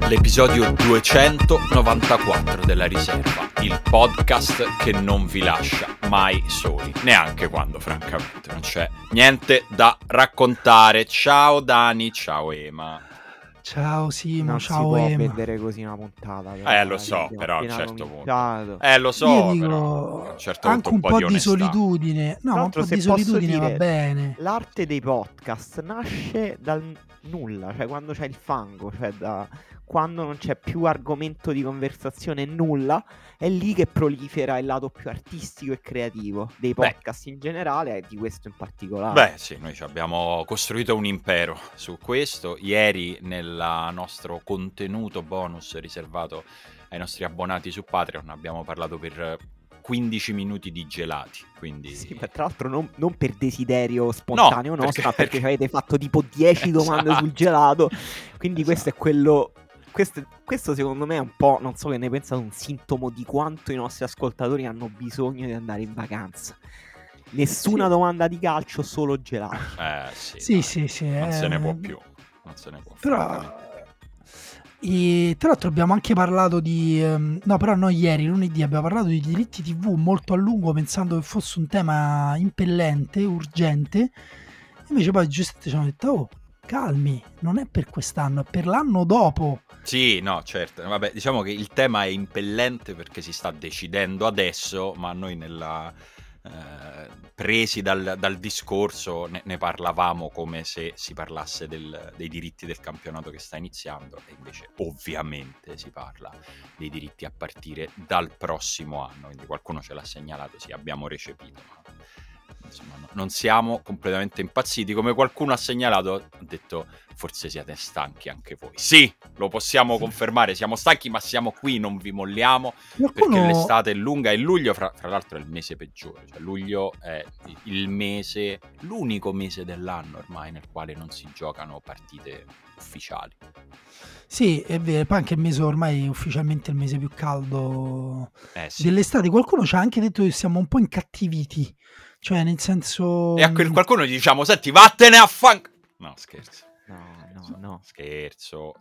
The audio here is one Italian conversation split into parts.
all'episodio 294 della Riserva, il podcast che non vi lascia mai soli, neanche quando francamente non c'è niente da raccontare. Ciao Dani, ciao Ema. Ciao Simo, Non ciao si può Ema. vedere così una puntata. Lo so, però a un certo punto. Lo so, Io dico, però a un certo anche punto un po' di onestà. solitudine. No, ma un po' di solitudine va bene. L'arte dei podcast nasce dal nulla, cioè quando c'è il fango, cioè quando non c'è più argomento di conversazione, nulla, è lì che prolifera il lato più artistico e creativo dei podcast in generale e di questo in particolare. Beh, sì, noi ci abbiamo costruito un impero su questo. Ieri nel nostro contenuto bonus riservato ai nostri abbonati su Patreon abbiamo parlato per 15 minuti di gelati, quindi... Sì, ma tra l'altro non per desiderio spontaneo nostro, ma perché avete fatto tipo 10 domande sul gelato, quindi questo è quello... Questo secondo me è un po', non so che ne pensate, un sintomo di quanto i nostri ascoltatori hanno bisogno di andare in vacanza. Nessuna domanda di calcio, solo gelati. Sì. Non se ne può più. Non se ne può. Però... tra l'altro abbiamo anche parlato di... no, però noi ieri, lunedì, abbiamo parlato di diritti TV molto a lungo, pensando che fosse un tema impellente, urgente. Invece poi giustamente ci hanno detto, oh, calmi, non è per quest'anno, è per l'anno dopo. Sì, no, certo. Vabbè, diciamo che il tema è impellente perché si sta decidendo adesso, ma noi presi dal discorso ne parlavamo come se si parlasse dei diritti del campionato che sta iniziando, e invece ovviamente si parla dei diritti a partire dal prossimo anno, quindi qualcuno ce l'ha segnalato, sì, abbiamo recepito, ma insomma non siamo completamente impazziti, come qualcuno ha segnalato, ha detto forse siete stanchi anche voi. Sì, lo possiamo confermare, siamo stanchi, ma siamo qui, non vi molliamo, perché l'estate è lunga e luglio fra l'altro è il mese peggiore, cioè luglio è l'unico mese dell'anno ormai nel quale non si giocano partite ufficiali. Sì, è vero, poi anche il mese ormai è ufficialmente il mese più caldo dell'estate. Qualcuno ci ha anche detto che siamo un po' incattiviti, cioè nel senso... E a qualcuno gli diciamo, senti, vattene a No, scherzo. No. Scherzo.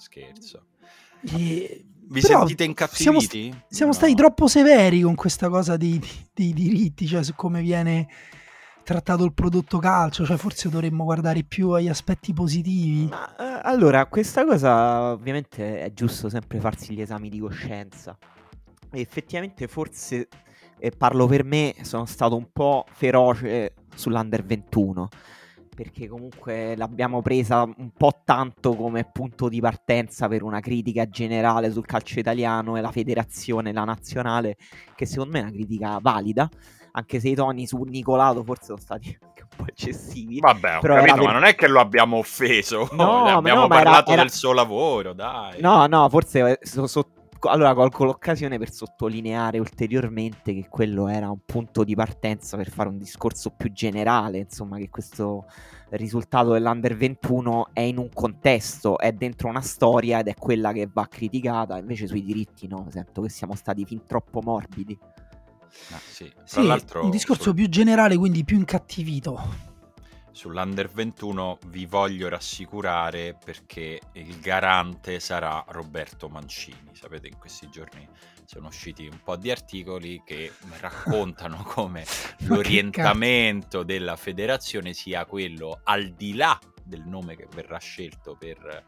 Vi sentite incattiviti? Siamo stati troppo severi con questa cosa dei diritti, cioè su come viene trattato il prodotto calcio, cioè forse dovremmo guardare più agli aspetti positivi. Allora, questa cosa ovviamente è giusto sempre farsi gli esami di coscienza. E effettivamente forse, parlo per me, sono stato un po' feroce sull'Under 21, perché comunque l'abbiamo presa un po' tanto come punto di partenza per una critica generale sul calcio italiano e la federazione, la nazionale, che secondo me è una critica valida, anche se i toni su Nicolato forse sono stati anche un po' eccessivi. Vabbè, ho capito, ma non è che lo abbiamo offeso, abbiamo parlato del suo lavoro, dai. No, forse allora colgo l'occasione per sottolineare ulteriormente che quello era un punto di partenza per fare un discorso più generale, insomma, che questo risultato dell'Under 21 è in un contesto, è dentro una storia ed è quella che va criticata. Invece sui diritti no, sento che siamo stati fin troppo morbidi. Sì, tra l'altro, un discorso più generale, quindi più incattivito. Sull'Under 21 vi voglio rassicurare, perché il garante sarà Roberto Mancini. Sapete, in questi giorni sono usciti un po' di articoli che raccontano come l'orientamento della federazione sia quello, al di là del nome che verrà scelto per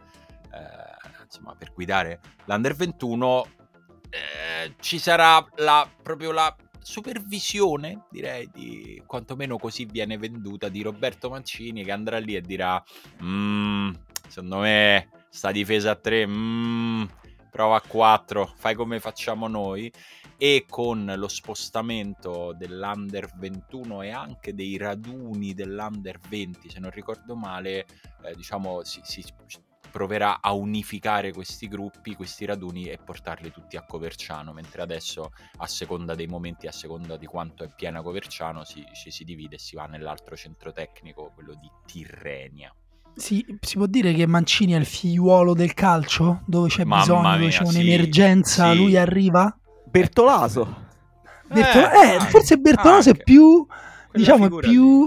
guidare l'Under 21, ci sarà proprio la supervisione, direi, di quantomeno così viene venduta, di Roberto Mancini, che andrà lì e dirà secondo me sta difesa a 3, prova a 4, fai come facciamo noi. E con lo spostamento dell'Under 21 e anche dei raduni dell'Under 20, se non ricordo male, si proverà a unificare questi gruppi, questi raduni, e portarli tutti a Coverciano, mentre adesso, a seconda dei momenti, a seconda di quanto è piena Coverciano, si divide e si va nell'altro centro tecnico, quello di Tirrenia. Sì, si può dire che Mancini è il figliuolo del calcio, dove c'è bisogno, dove c'è un'emergenza, lui arriva? Bertolaso. Forse Bertolaso è più, diciamo, è più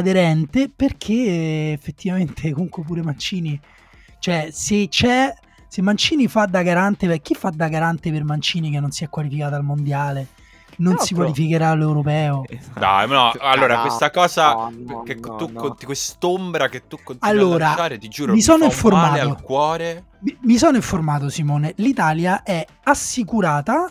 aderente, perché effettivamente comunque pure Mancini, cioè se se Mancini fa da garante, chi fa da garante per Mancini che non si è qualificato al mondiale, non si qualificherà all'europeo? Esatto. Dai, no, allora questa cosa che no, tu no. quest'ombra che tu continui Allora, a lasciare, ti giuro, mi sono fa un male informato. al cuore. Mi sono informato, Simone. L'Italia è assicurata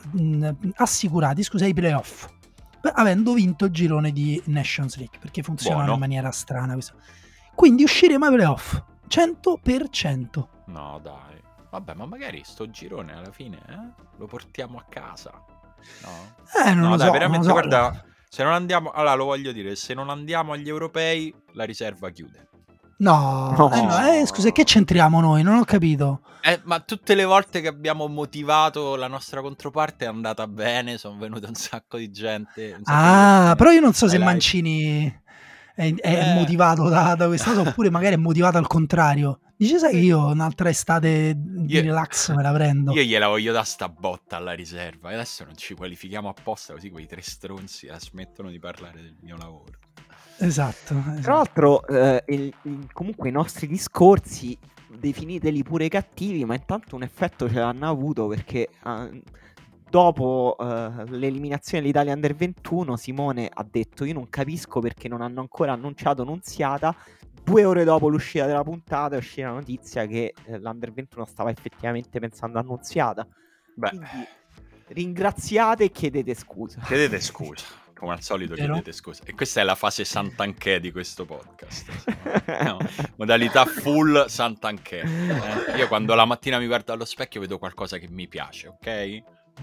ai playoff, avendo vinto il girone di Nations League, perché funzionano Buono. in maniera strana questo. Quindi usciremo ai playoff 100%. No, dai. Vabbè, ma magari sto girone alla fine lo portiamo a casa. No? Non No, lo dai, so, veramente, non lo so. guarda, se non andiamo, allora lo voglio dire, se non andiamo agli europei, la riserva chiude. No, No. scusa, che c'entriamo noi? Non ho capito. Ma tutte le volte che abbiamo motivato la nostra controparte è andata bene, sono venute un sacco di gente. Però io non so se Highlight. Mancini è motivato da questa cosa, oppure magari è motivato al contrario. Dice, sai che io un'altra estate di relax me la prendo. Io gliela voglio dare sta botta alla riserva e adesso non ci qualifichiamo apposta, così quei 3 stronzi smettono di parlare del mio lavoro. Esatto. Tra l'altro, comunque i nostri discorsi definiteli pure cattivi, ma intanto un effetto ce l'hanno avuto, perché dopo l'eliminazione dell'Italia Under 21 Simone ha detto: io non capisco perché non hanno ancora annunciato Nunziata. 2 ore dopo l'uscita della puntata è uscita la notizia che l'Under 21 stava effettivamente pensando a Nunziata. Quindi ringraziate e chiedete scusa. Chiedete scusa, come al solito. Vero? Chiedete scusa. E questa è la fase Sant'Anché di questo podcast. No, modalità full Sant'Anché. Io quando la mattina mi guardo allo specchio vedo qualcosa che mi piace, ok?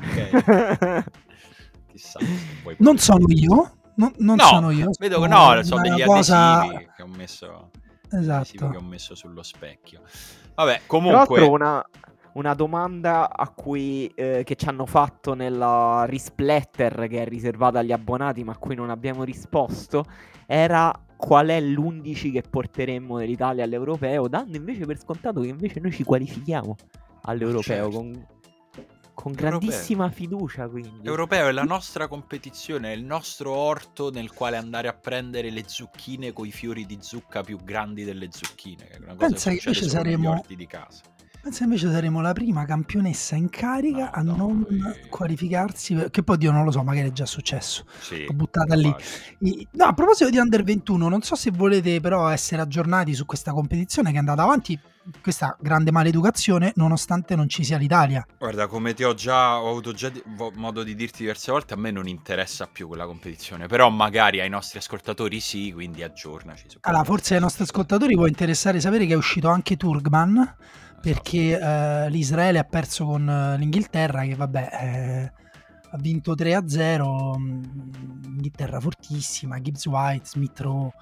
Chissà se vuoi non sono io. Non sono io. Vedo che sono degli adesivi che ho messo. Esatto. Che ho messo sullo specchio. Vabbè, comunque. Tra l'altro una domanda a cui che ci hanno fatto nella Risplatter, che è riservata agli abbonati, ma a cui non abbiamo risposto, era qual è l'11 che porteremmo dell'Italia all'europeo, dando invece per scontato che invece noi ci qualifichiamo all'europeo, certo. con grandissima fiducia. Quindi Europeo è la nostra competizione, è il nostro orto nel quale andare a prendere le zucchine coi fiori di zucca più grandi delle zucchine, che è una cosa Pensa che invece saremo negli orti di casa. Pensa invece saremo la prima campionessa in carica a non qualificarsi, che poi Dio non lo so, magari è già successo. Sì, l'ho buttata lì. No, a proposito di Under 21, non so se volete però essere aggiornati su questa competizione che è andata avanti, questa grande maleducazione, nonostante non ci sia l'Italia. Guarda, come ho avuto già modo di dirti diverse volte, a me non interessa più quella competizione, però magari ai nostri ascoltatori sì, quindi aggiornaci. Allora, forse ai nostri ascoltatori può interessare sapere che è uscito anche Turkman, perché l'Israele ha perso con l'Inghilterra, che vabbè ha vinto 3-0, Inghilterra fortissima, Gibbs White, Smith Rowe,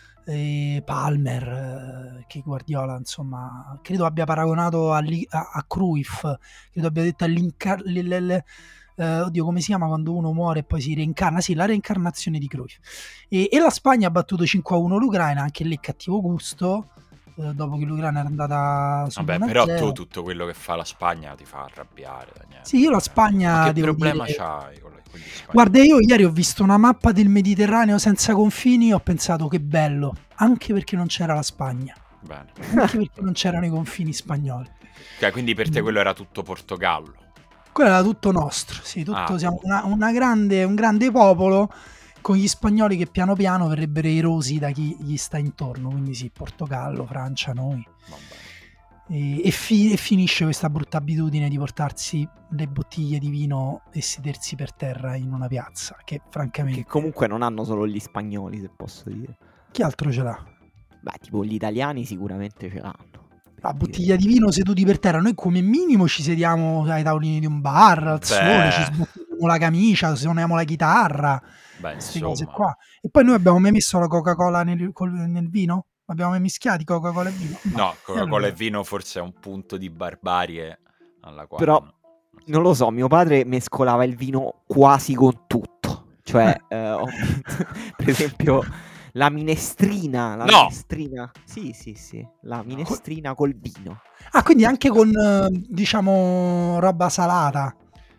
Palmer, che Guardiola insomma credo abbia paragonato a Cruyff, credo abbia detto oddio, come si chiama quando uno muore e poi si reincarna? Sì, la reincarnazione di Cruyff. E la Spagna ha battuto 5-1 l'Ucraina, anche lì cattivo gusto, dopo che l'Ucraina era andata su 1-0. Vabbè, però tu tutto quello che fa la Spagna ti fa arrabbiare, Daniele. Sì, io la Spagna, ma che devo problema dire, c'hai con gli spagnoli? Guarda, io ieri ho visto una mappa del Mediterraneo senza confini, ho pensato che bello, anche perché non c'era la Spagna. Bene. Anche perché non c'erano i confini spagnoli. Ok, quindi per te quello era tutto Portogallo. Quello era tutto nostro, sì, tutto siamo un grande popolo, con gli spagnoli che piano piano verrebbero erosi da chi gli sta intorno, quindi sì, Portogallo, Francia, noi. E finisce questa brutta abitudine di portarsi le bottiglie di vino e sedersi per terra in una piazza, che francamente... Che comunque non hanno solo gli spagnoli, se posso dire. Chi altro ce l'ha? Beh, tipo gli italiani sicuramente ce l'hanno. La bottiglia di vino seduti per terra, noi come minimo ci sediamo ai tavolini di un bar, al sole, ci sbottiamo la camicia, suoniamo la chitarra, queste cose qua. E poi noi abbiamo mai messo la Coca-Cola nel vino? Abbiamo mai mischiati Coca-Cola e vino? No, Coca-Cola e vino forse è un punto di barbarie alla quale... Però, non lo so, mio padre mescolava il vino quasi con tutto. Cioè, per esempio... La minestrina. Minestrina. Sì. La minestrina col vino. Ah, quindi anche con, diciamo, roba salata.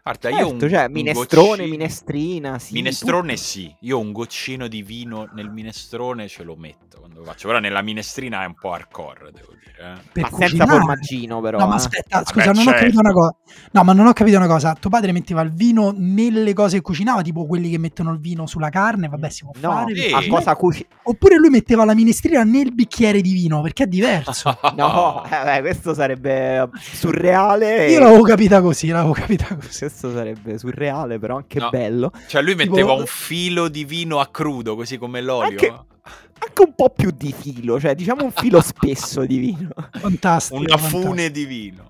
Guarda, io Certo, cioè un minestrone, goccino... minestrina, sì, Minestrone tutto. sì, io un goccino di vino nel minestrone ce lo metto quando lo faccio, però nella minestrina è un po' hardcore, devo dire. Per Ma senza cucinare? formaggino No, però, ma aspetta, Vabbè, scusa, non ho capito una certo. cosa. No, ma non ho capito una cosa. Tuo padre metteva il vino nelle cose che cucinava, tipo quelli che mettono il vino sulla carne, vabbè, si può No, fare per a Sì. cucinare. cosa cuci... Oppure lui metteva la minestrina nel bicchiere di vino, perché è diverso. No, questo sarebbe surreale. Io l'avevo capita così, Questo sarebbe surreale, però anche No, bello. cioè lui Tipo, metteva un filo di vino a crudo, così come Anche, l'olio. anche un po' più di filo, cioè diciamo un filo spesso di vino. fantastico, Una fantastico. fune di vino.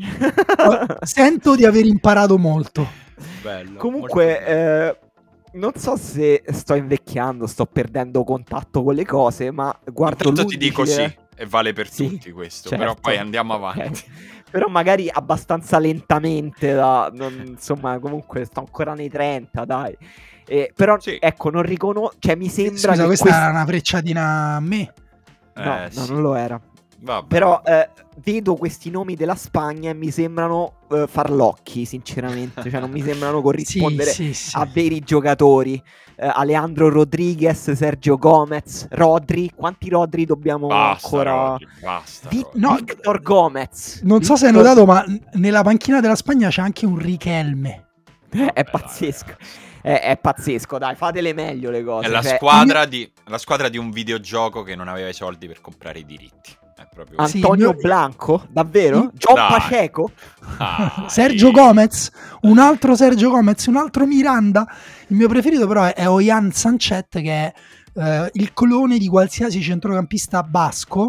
Sento di aver imparato molto. Bello. Comunque, molto bello. non so se sto invecchiando, sto perdendo contatto con le cose, ma guardo Intanto ti dico l'11. sì, e vale per Sì, tutti questo, certo. però poi andiamo Ok. avanti. Però magari abbastanza lentamente, insomma, comunque sto ancora nei 30, dai. Però Sì. ecco, non riconosco, cioè mi sembra Scusa, che questa era una frecciatina a me. No, Sì. non lo era. Vabbè, Però vabbè. vedo questi nomi della Spagna e mi sembrano farlocchi, sinceramente. Cioè non mi sembrano corrispondere Sì. a veri giocatori. Alejandro Rodriguez, Sergio Gomez, Rodri. Quanti Rodri dobbiamo Basta, ancora... Rodri, basta. Rodri. No, Victor Gomez. non so se hai notato, ma nella panchina della Spagna c'è anche un Richelme. È Vabbè, pazzesco. dai, È pazzesco, dai, fatele meglio le cose. È la cioè, squadra di un videogioco che non aveva i soldi per comprare i diritti. È proprio... Sì, Antonio il mio- Blanco? Davvero? Sì. John Dai. Pacheco? Sergio Gomez, un altro Sergio Gomez, un altro Miranda. Il mio preferito però è Oyan Sanchet, che è il clone di qualsiasi centrocampista basco.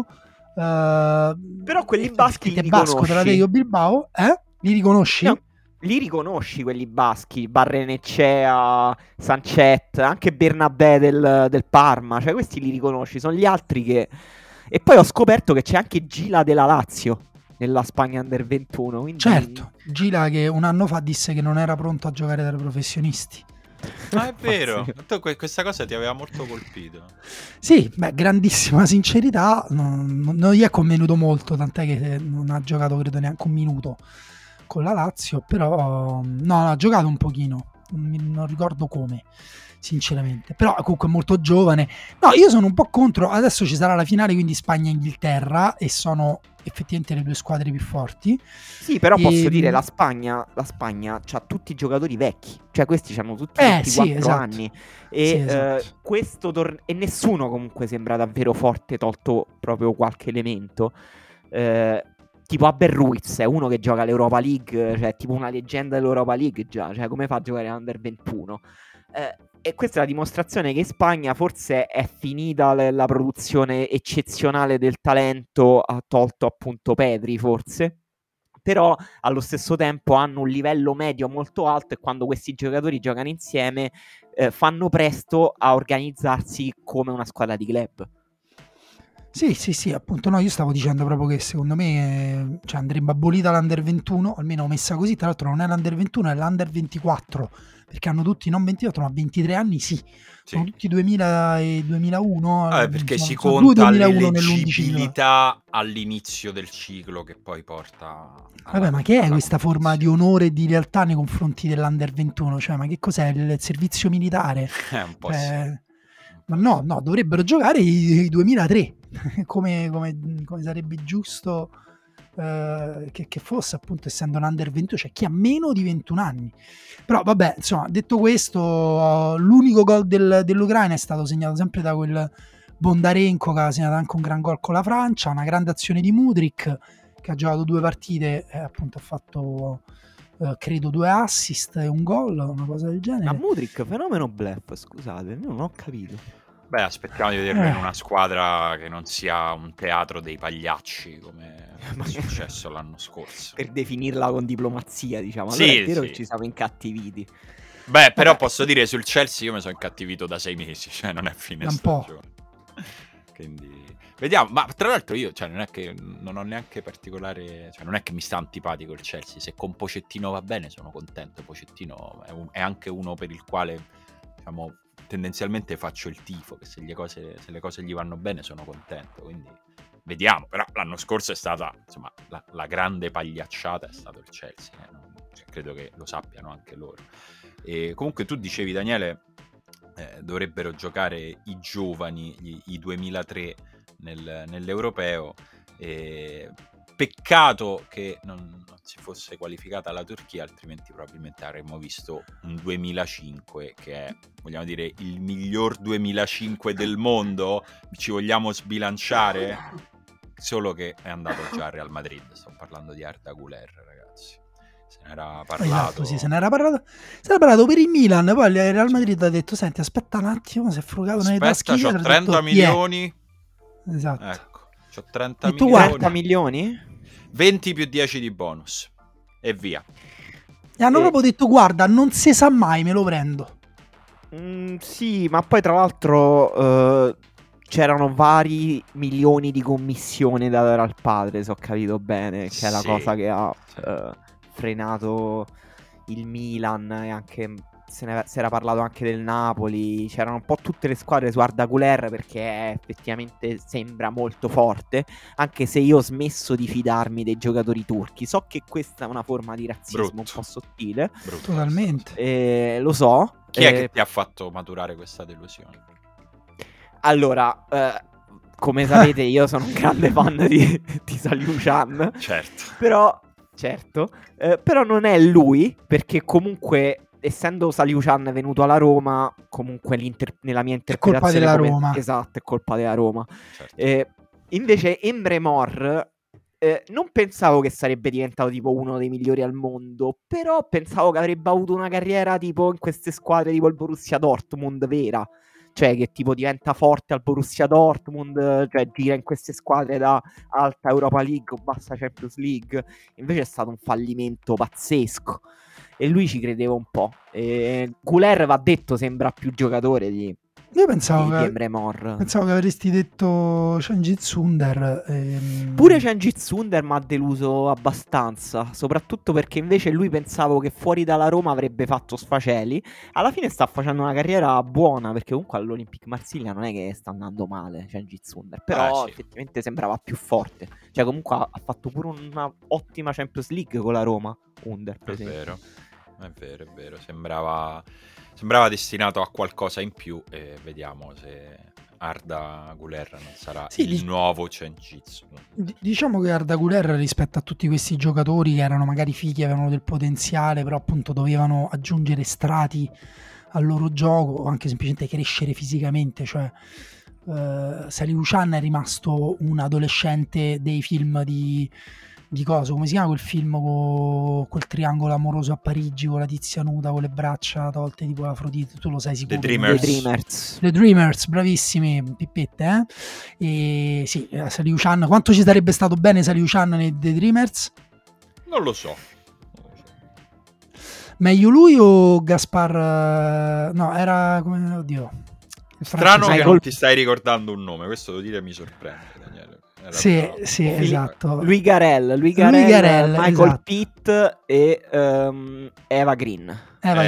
Però quelli baschi li è basco, te la riconosci? dico Bilbao, li riconosci? No, li riconosci quelli baschi, Barrenechea, Sancet, anche Bernabé del Parma, cioè questi li riconosci, sono gli altri che... E poi ho scoperto che c'è anche Gila della Lazio nella Spagna Under 21, quindi... Certo, Gila che un anno fa disse che non era pronto a giocare tra professionisti. Ah, è vero. Questa cosa ti aveva molto colpito. Sì, beh, grandissima sincerità, non gli è convenuto molto, tant'è che non ha giocato credo neanche un minuto con la Lazio, però no, ha giocato un pochino, non ricordo come, sinceramente, però comunque è molto giovane. No, io sono un po' contro, adesso ci sarà la finale, quindi Spagna-Inghilterra, e sono effettivamente le due squadre più forti. Sì, però posso dire, la Spagna c'ha tutti i giocatori vecchi, cioè questi hanno tutti 24 sì, esatto. anni e Sì, esatto. e nessuno comunque sembra davvero forte, tolto proprio qualche elemento. Tipo Abel Ruiz è uno che gioca all'Europa League, cioè tipo una leggenda dell'Europa League già, cioè come fa a giocare all'Under 21? E questa è la dimostrazione che in Spagna forse è finita la produzione eccezionale del talento, ha tolto appunto Pedri forse, però allo stesso tempo hanno un livello medio molto alto e quando questi giocatori giocano insieme fanno presto a organizzarsi come una squadra di club. Sì, appunto, no, io stavo dicendo proprio che secondo me cioè, andrebbe abolita l'Under 21, almeno messa così, tra l'altro non è l'Under 21, è l'Under 24, perché hanno tutti non 28 ma 23 anni, sì. Sono tutti 2000 e 2001. Perché si sono due conta 2001 nell'11. l'eleggibilità all'inizio del ciclo che poi porta... Vabbè, ma che è questa forma di onore e di realtà nei confronti dell'Under 21? Cioè, ma che cos'è il servizio militare? Un po' sì. Ma no, dovrebbero giocare i 2003, come sarebbe giusto che fosse, appunto, essendo un Under 21, cioè chi ha meno di 21 anni. Però vabbè, insomma, detto questo, l'unico gol dell'Ucraina è stato segnato sempre da quel Bondarenko, che ha segnato anche un gran gol con la Francia, una grande azione di Mudryk, che ha giocato 2 partite e appunto ha fatto credo 2 assist e un gol, una cosa del genere. Ma Mudryk, fenomeno bluff, scusate, non ho capito. Beh, aspettiamo di vederlo in una squadra che non sia un teatro dei pagliacci come è successo l'anno scorso. Per definirla con diplomazia, diciamo. Sì, allora è vero sì. che ci siamo incattiviti. Beh, però posso dire sul Chelsea io mi sono incattivito da 6 mesi, cioè non è fine un po'. stagione. Quindi vediamo, ma tra l'altro io, cioè, non è che non ho neanche particolare, cioè non è che mi sta antipatico il Chelsea, se con Pochettino va bene sono contento. Pochettino è anche uno per il quale, diciamo, tendenzialmente faccio il tifo, che se le cose gli vanno bene sono contento, quindi vediamo. Però l'anno scorso è stata, insomma, la grande pagliacciata è stato il Chelsea, credo che lo sappiano anche loro. E comunque tu dicevi, Daniele, dovrebbero giocare i giovani, i 2003 nell'Europeo. Peccato che non si fosse qualificata la Turchia, altrimenti probabilmente avremmo visto un 2005 che è, vogliamo dire, il miglior 2005 del mondo. Ci vogliamo sbilanciare? Solo che è andato già al Real Madrid. Sto parlando di Arda Güler, ragazzi. Se ne era parlato. Esatto, sì, se ne era parlato per il Milan, poi il Real Madrid ha detto: senti, aspetta un attimo, si è frugato nelle tasche. Aspetta, c'ho 30 milioni. Esatto. Ecco, c'ho 30 E tu milioni. 40 milioni? 20 più 10 di bonus. E via. E hanno proprio detto: guarda, non si sa mai, me lo prendo. Sì, ma poi tra l'altro c'erano vari milioni di commissione da dare al padre, se ho capito bene, che è la Sì, cosa che ha sì. frenato il Milan, e anche si era parlato anche del Napoli. C'erano un po' tutte le squadre su Arda Güler, perché effettivamente sembra molto forte, anche se io ho smesso di fidarmi dei giocatori turchi. So che questa è una forma di razzismo Brutto. un po' sottile, Brutto. Totalmente. lo so. Chi è che ti ha fatto maturare questa delusione? Allora, come sapete, io sono un grande fan di Salihu-Chan. Certo. Però, certo, però non è lui, perché comunque, essendo Salihu-Chan venuto alla Roma, comunque nella mia interpretazione colpa della Roma. Esatto, è colpa della Roma. Certo. Invece Emre Mor, non pensavo che sarebbe diventato tipo uno dei migliori al mondo, però pensavo che avrebbe avuto una carriera tipo in queste squadre tipo il Borussia Dortmund vera. Cioè che tipo diventa forte al Borussia Dortmund, cioè gira in queste squadre da alta Europa League o bassa Champions League. Invece è stato un fallimento pazzesco e lui ci credeva un po'. Güler, va detto, sembra più giocatore di Io pensavo Emre Mor. Pensavo che avresti detto Cengiz Under. Pure Cengiz Under mi ha deluso abbastanza, soprattutto perché invece lui pensavo che fuori dalla Roma avrebbe fatto sfaceli. Alla fine sta facendo una carriera buona, perché comunque all'Olympique Marsiglia non è che sta andando male Cengiz Under, però sì. effettivamente sembrava più forte. Cioè comunque ha fatto pure una ottima Champions League con la Roma, Under, per esempio. È vero. Sembrava destinato a qualcosa in più, e vediamo se Arda Güler non sarà il nuovo Cengiz. Diciamo che Arda Güler, rispetto a tutti questi giocatori che erano magari fighi, avevano del potenziale, però appunto dovevano aggiungere strati al loro gioco o anche semplicemente crescere fisicamente, cioè Salihu-Chan è rimasto un adolescente dei film di cosa, come si chiama quel film con quel triangolo amoroso a Parigi con la tizia nuda con le braccia tolte tipo l'Afrodite, tu lo sai sicuro? The Dreamers, bravissimi, pippette, E sì, Salihu-Chan, quanto ci sarebbe stato bene Salihu-Chan nei The Dreamers? Non lo so. Meglio lui o Gaspar? No, era come, oddio, strano che non ti stai ricordando un nome, questo devo dire mi sorprende, Daniele. Sì, esatto. Louis Garrel, Michael esatto. Pitt e Eva Green.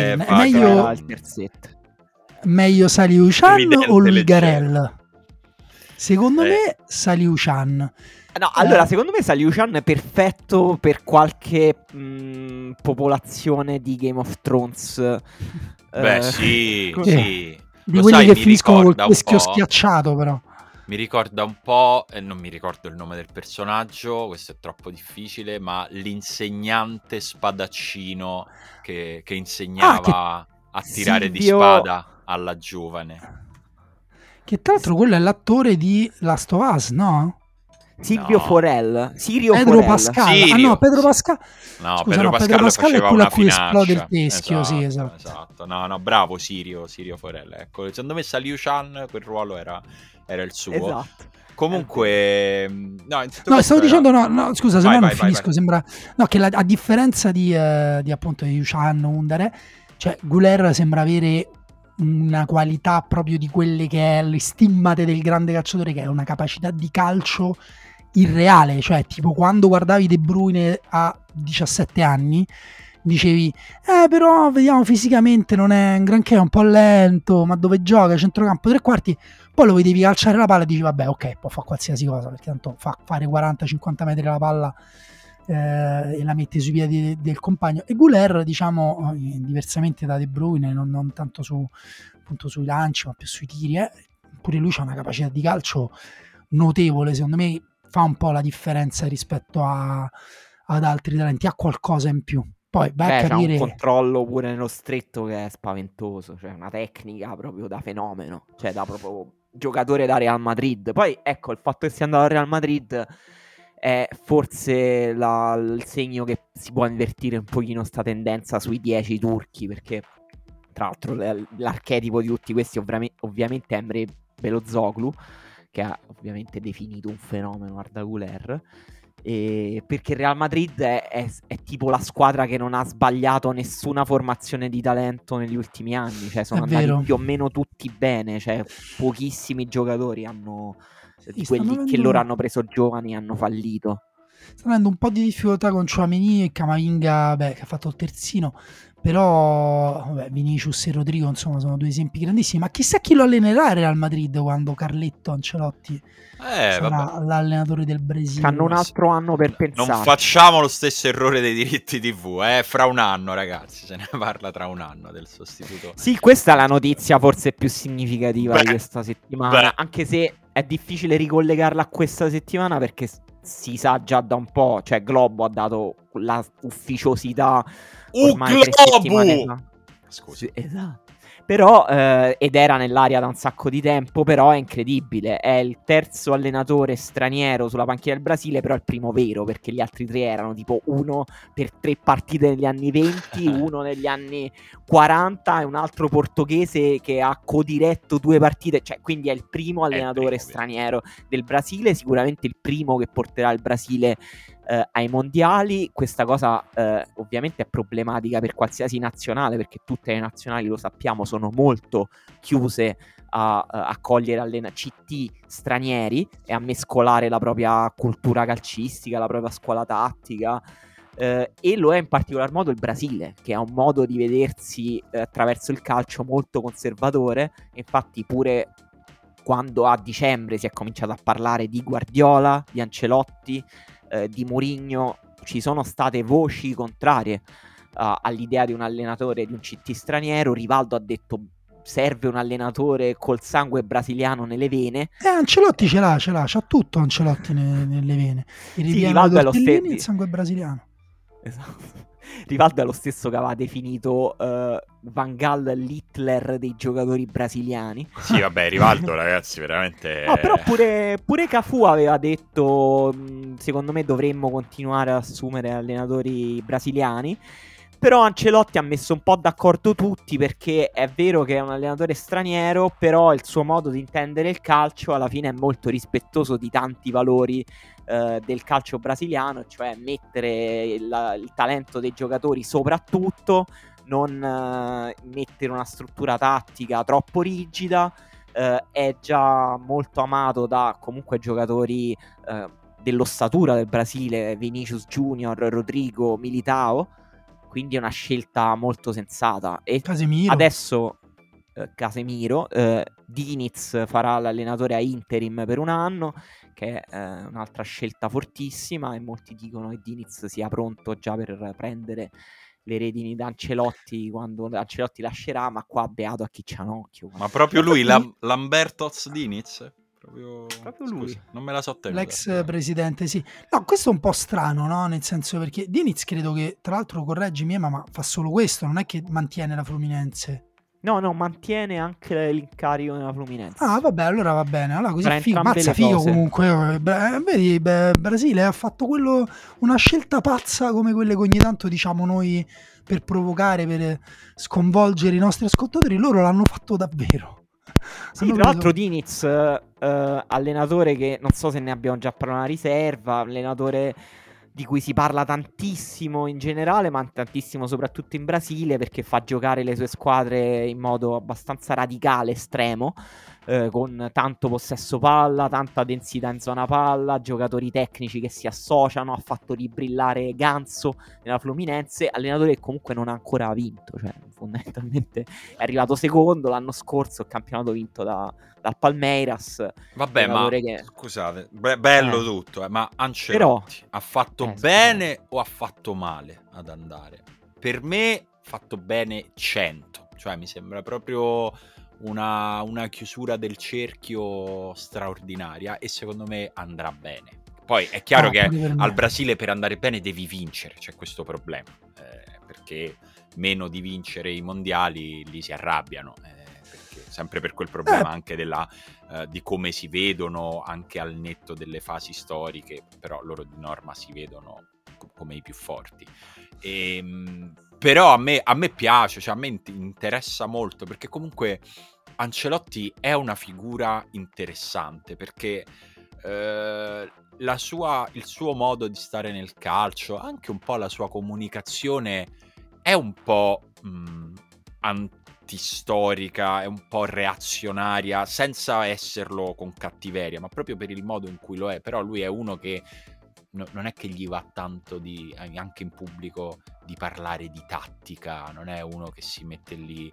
Meglio Salihu-Chan o Louis Garrel? Secondo me Salihu-Chan. No, allora secondo me Salihu-Chan è perfetto per qualche popolazione di Game of Thrones. Sì. Di quelli che finiscono col teschio schiacciato, però. Mi ricorda un po', e non mi ricordo il nome del personaggio, questo è troppo difficile, ma l'insegnante spadaccino che insegnava a tirare di spada alla giovane. Che tra l'altro quello è l'attore di Last of Us, no? Sirio Pascal. Pedro Pascal. No, Pedro Pascal faceva una cui esplode il teschio, esatto, sì, esatto. No, bravo Sirio Forel. Ecco, secondo me Salihu-Chan quel ruolo era il suo. Esatto. Comunque, stavo dicendo, no, scusa, se no non finisco. Vai. Sembra che a differenza di appunto di Chan Under, cioè Güler sembra avere una qualità proprio di quelle che è le stimmate del grande calciatore, che è una capacità di calcio irreale, cioè tipo quando guardavi De Bruyne a 17 anni dicevi però vediamo fisicamente non è un granché, è un po' lento, ma dove gioca? Centrocampo, tre quarti. Poi lo vedevi calciare la palla e dici vabbè, ok, può fare qualsiasi cosa, perché tanto fa fare 40-50 metri la palla e la mette sui piedi del compagno. E Güler, diciamo, diversamente da De Bruyne, non tanto appunto sui lanci, ma più sui tiri, pure lui ha una capacità di calcio notevole, secondo me fa un po' la differenza rispetto ad altri talenti, ha qualcosa in più. Poi vai a C'ha un capire. controllo pure nello stretto che è spaventoso, cioè una tecnica proprio da fenomeno, cioè da proprio giocatore da Real Madrid. Poi ecco, il fatto che sia andato al Real Madrid è forse il segno che si può invertire un pochino sta tendenza sui 10 turchi, perché tra l'altro l'archetipo di tutti questi ovviamente è Emre Belözoğlu, che ha ovviamente definito un fenomeno Arda Güler. Perché il Real Madrid è tipo la squadra che non ha sbagliato nessuna formazione di talento negli ultimi anni, cioè sono È andati vero. più o meno tutti bene, cioè pochissimi giocatori hanno di stanno quelli che loro hanno preso giovani hanno fallito. Stanno avendo un po' di difficoltà con Tchouaméni e Camavinga, che ha fatto il terzino, però Vinicius e Rodrigo insomma sono due esempi grandissimi, ma chissà chi lo allenerà al Real Madrid quando Carletto Ancelotti sarà l'allenatore del Brasile. Hanno un altro anno per pensare. Non facciamo lo stesso errore dei diritti TV, fra un anno, ragazzi, se ne parla tra un anno del sostituto. Sì, questa è la notizia forse più significativa di questa settimana, anche se è difficile ricollegarla a questa settimana perché si sa già da un po', cioè Globo ha dato la ufficiosità ormai 3 settimane fa. Scusi. Sì, esatto. Però, ed era nell'aria da un sacco di tempo, però è incredibile, è il terzo allenatore straniero sulla panchina del Brasile, però è il primo vero, perché gli altri 3 erano tipo uno per 3 partite negli anni 20, uno negli anni 40 e un altro portoghese che ha codiretto 2 partite, cioè quindi è il primo allenatore straniero del Brasile, sicuramente il primo che porterà il Brasile ai mondiali. Questa cosa ovviamente è problematica per qualsiasi nazionale, perché tutte le nazionali, lo sappiamo, sono molto chiuse a accogliere CT stranieri e a mescolare la propria cultura calcistica, la propria scuola tattica. E lo è in particolar modo il Brasile, che ha un modo di vedersi attraverso il calcio molto conservatore. Infatti pure quando a dicembre si è cominciato a parlare di Guardiola, di Ancelotti, di Mourinho, ci sono state voci contrarie all'idea di un allenatore di un CT straniero. Rivaldo ha detto serve un allenatore col sangue brasiliano nelle vene. Ancelotti ce l'ha, c'ha tutto Ancelotti nelle vene. Il Rivaldo è lo stesso, il sangue brasiliano. Esatto. Rivaldo è lo stesso che aveva definito Van Gaal l'Hitler dei giocatori brasiliani. Sì, vabbè, Rivaldo, ragazzi, veramente. No, però pure Cafu aveva detto secondo me dovremmo continuare ad assumere allenatori brasiliani. Però Ancelotti ha messo un po' d'accordo tutti, perché è vero che è un allenatore straniero, però il suo modo di intendere il calcio alla fine è molto rispettoso di tanti valori del calcio brasiliano, cioè mettere il talento dei giocatori soprattutto, non mettere una struttura tattica troppo rigida. È già molto amato da comunque giocatori dell'ossatura del Brasile, Vinicius Junior, Rodrigo, Militao. Quindi è una scelta molto sensata. E Casemiro. Adesso Casemiro, Diniz farà l'allenatore a interim per un anno, che è un'altra scelta fortissima, e molti dicono che Diniz sia pronto già per prendere le redini da Ancelotti quando Ancelotti lascerà, ma qua beato a chi c'ha un occhio. Ma proprio lui, Lambertos Diniz? Proprio lui. Scusa, non me la so tenuta. L'ex presidente, sì. No, questo è un po' strano, no? Nel senso, perché Diniz credo che, tra l'altro, correggimi, ma fa solo questo, non è che mantiene la Fluminense. No, mantiene anche l'incarico nella Fluminense. Ah, vabbè, allora va bene. Allora così figo, mazza figo comunque. Vedi, Brasile ha fatto una scelta pazza come quelle che ogni tanto diciamo noi per provocare, per sconvolgere i nostri ascoltatori. Loro l'hanno fatto davvero. Sì, tra l'altro Diniz, allenatore che non so se ne abbiamo già parlato, una riserva, allenatore di cui si parla tantissimo in generale, ma tantissimo soprattutto in Brasile, perché fa giocare le sue squadre in modo abbastanza radicale, estremo. con tanto possesso palla, tanta densità in zona palla, giocatori tecnici che si associano, ha fatto ribrillare Ganzo nella Fluminense, allenatore che comunque non ha ancora vinto, cioè fondamentalmente è arrivato secondo l'anno scorso, il campionato vinto dal Palmeiras. Vabbè, ma allenatore che... scusate, bello tutto, ma Però, Ancelotti ha fatto scusate. bene o ha fatto male ad andare? Per me ha fatto bene 100, cioè mi sembra proprio una chiusura del cerchio straordinaria, e secondo me andrà bene. Poi è chiaro che pure per me. al Brasile per andare bene devi vincere, c'è questo problema, perché meno di vincere i mondiali lì si arrabbiano, perché sempre per quel problema anche di come si vedono anche al netto delle fasi storiche, però loro di norma si vedono come i più forti. Però a me piace, cioè a me interessa molto, perché comunque Ancelotti è una figura interessante, perché il suo modo di stare nel calcio, anche un po' la sua comunicazione è un po' antistorica, è un po' reazionaria, senza esserlo con cattiveria, ma proprio per il modo in cui lo è. Però lui è uno che non è che gli va tanto anche in pubblico di parlare di tattica, non è uno che si mette lì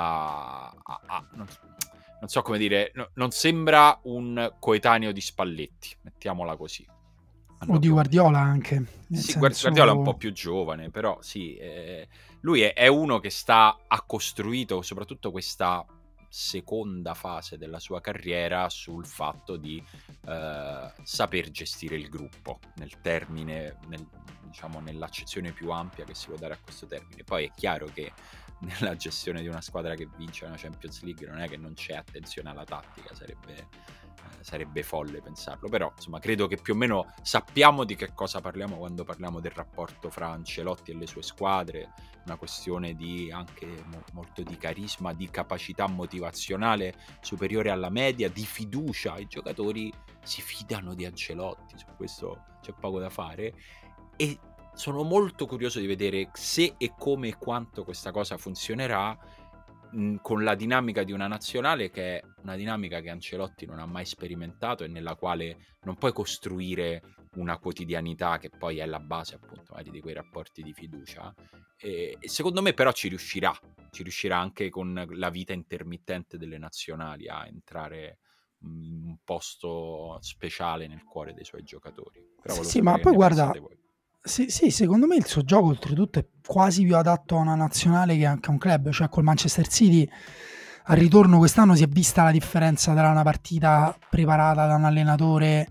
non so come dire, non sembra un coetaneo di Spalletti, mettiamola così. O di Guardiola anche. Sì, Guardiola è un po' più giovane, però sì, lui è uno che ha costruito soprattutto questa seconda fase della sua carriera sul fatto di saper gestire il gruppo, nel termine, diciamo nell'accezione più ampia che si può dare a questo termine. Poi è chiaro che nella gestione di una squadra che vince una Champions League non è che non c'è attenzione alla tattica, sarebbe folle pensarlo, però insomma credo che più o meno sappiamo di che cosa parliamo quando parliamo del rapporto fra Ancelotti e le sue squadre, una questione di anche molto di carisma, di capacità motivazionale superiore alla media, di fiducia. I giocatori si fidano di Ancelotti, su questo c'è poco da fare, e sono molto curioso di vedere se e come e quanto questa cosa funzionerà con la dinamica di una nazionale, che è una dinamica che Ancelotti non ha mai sperimentato e nella quale non puoi costruire una quotidianità che poi è la base appunto magari di quei rapporti di fiducia, e secondo me però ci riuscirà anche con la vita intermittente delle nazionali a entrare in un posto speciale nel cuore dei suoi giocatori. Però Sì, ma poi guarda, voi. sì, secondo me il suo gioco oltretutto è quasi più adatto a una nazionale che anche a un club, cioè col Manchester City al ritorno quest'anno si è vista la differenza tra una partita preparata da un allenatore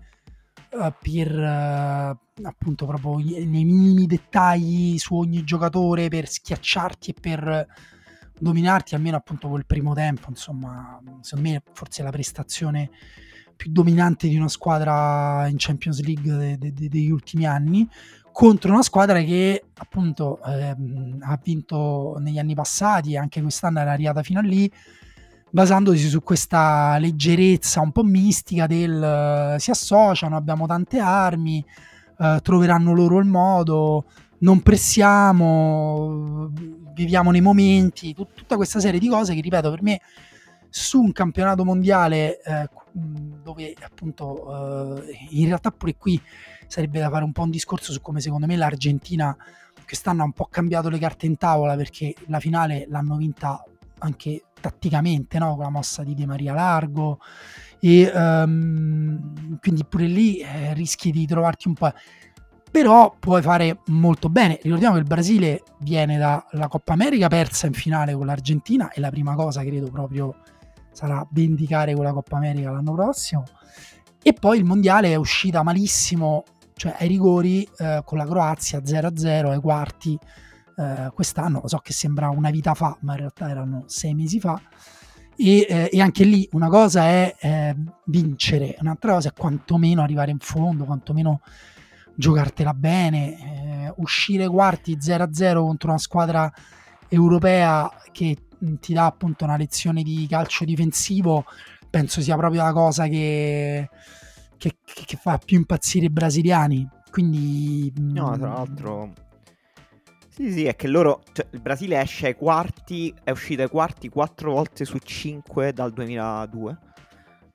per appunto proprio nei minimi dettagli su ogni giocatore, per schiacciarti e per dominarti, almeno appunto quel primo tempo, insomma, secondo me forse la prestazione più dominante di una squadra in Champions League degli ultimi anni, contro una squadra che appunto ha vinto negli anni passati e anche quest'anno era arrivata fino a lì, basandosi su questa leggerezza un po' mistica del si associano, abbiamo tante armi, troveranno loro il modo, non pressiamo, viviamo nei momenti, tutta questa serie di cose che, ripeto, per me su un campionato mondiale dove appunto in realtà pure qui sarebbe da fare un po' un discorso su come secondo me l'Argentina quest'anno ha un po' cambiato le carte in tavola, perché la finale l'hanno vinta anche tatticamente, no? Con la mossa di Di Maria largo, e quindi pure lì rischi di trovarti un po', però puoi fare molto bene. Ricordiamo che il Brasile viene dalla Coppa America persa in finale con l'Argentina, e la prima cosa credo proprio sarà vendicare quella Coppa America l'anno prossimo, e poi il mondiale è uscita malissimo, cioè ai rigori con la Croazia 0-0 ai quarti quest'anno. Lo so che sembra una vita fa, ma in realtà erano 6 mesi fa, e anche lì una cosa è vincere, un'altra cosa è quantomeno arrivare in fondo, quantomeno giocartela bene, uscire quarti 0-0 contro una squadra europea che ti dà appunto una lezione di calcio difensivo, penso sia proprio la cosa che fa più impazzire i brasiliani. Quindi no, tra l'altro sì, è che loro, cioè, il Brasile esce ai quarti, è uscito ai quarti 4 volte su 5 dal 2002,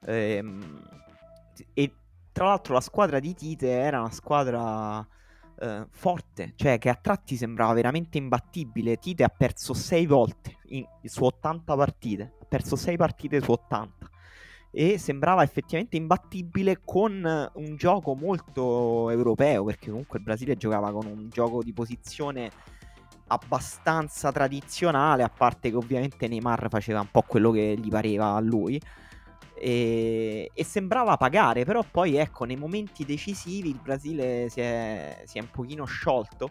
E tra l'altro la squadra di Tite era una squadra forte, cioè che a tratti sembrava veramente imbattibile. Tite ha perso 6 volte su 80 partite, ha perso 6 partite su 80 e sembrava effettivamente imbattibile, con un gioco molto europeo, perché comunque il Brasile giocava con un gioco di posizione abbastanza tradizionale, a parte che ovviamente Neymar faceva un po' quello che gli pareva a lui, e sembrava pagare. Però poi ecco, nei momenti decisivi il Brasile si è un pochino sciolto,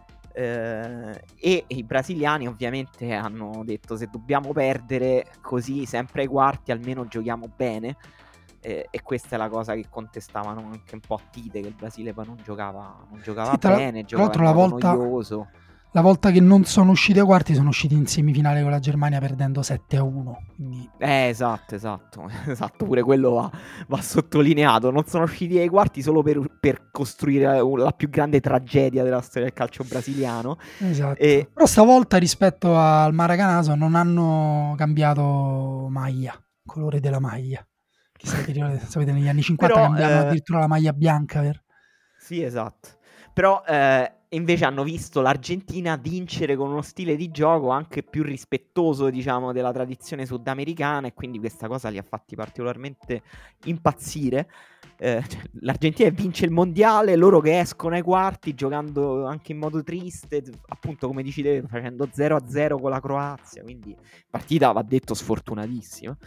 e i brasiliani ovviamente hanno detto: se dobbiamo perdere così sempre ai quarti, almeno giochiamo bene. E questa è la cosa che contestavano anche un po' a Tite, che il Brasile poi non giocava Sì, bene, tra giocava l'altro in modo noioso. la volta che non sono usciti ai quarti sono usciti in semifinale con la Germania perdendo 7-1. Quindi... Esatto, pure quello va sottolineato. Non sono usciti ai quarti solo per costruire la più grande tragedia della storia del calcio brasiliano. Esatto. Però stavolta rispetto al Maracanazo non hanno cambiato maglia, colore della maglia. Che sapete, negli anni 50 Però, cambiavano addirittura la maglia bianca, vero? Sì, esatto. Però invece hanno visto l'Argentina vincere con uno stile di gioco anche più rispettoso, diciamo, della tradizione sudamericana, e quindi questa cosa li ha fatti particolarmente impazzire. L'Argentina vince il mondiale, loro che escono ai quarti giocando anche in modo triste, appunto come dici te, facendo 0-0 con la Croazia, quindi partita, va detto, sfortunatissima.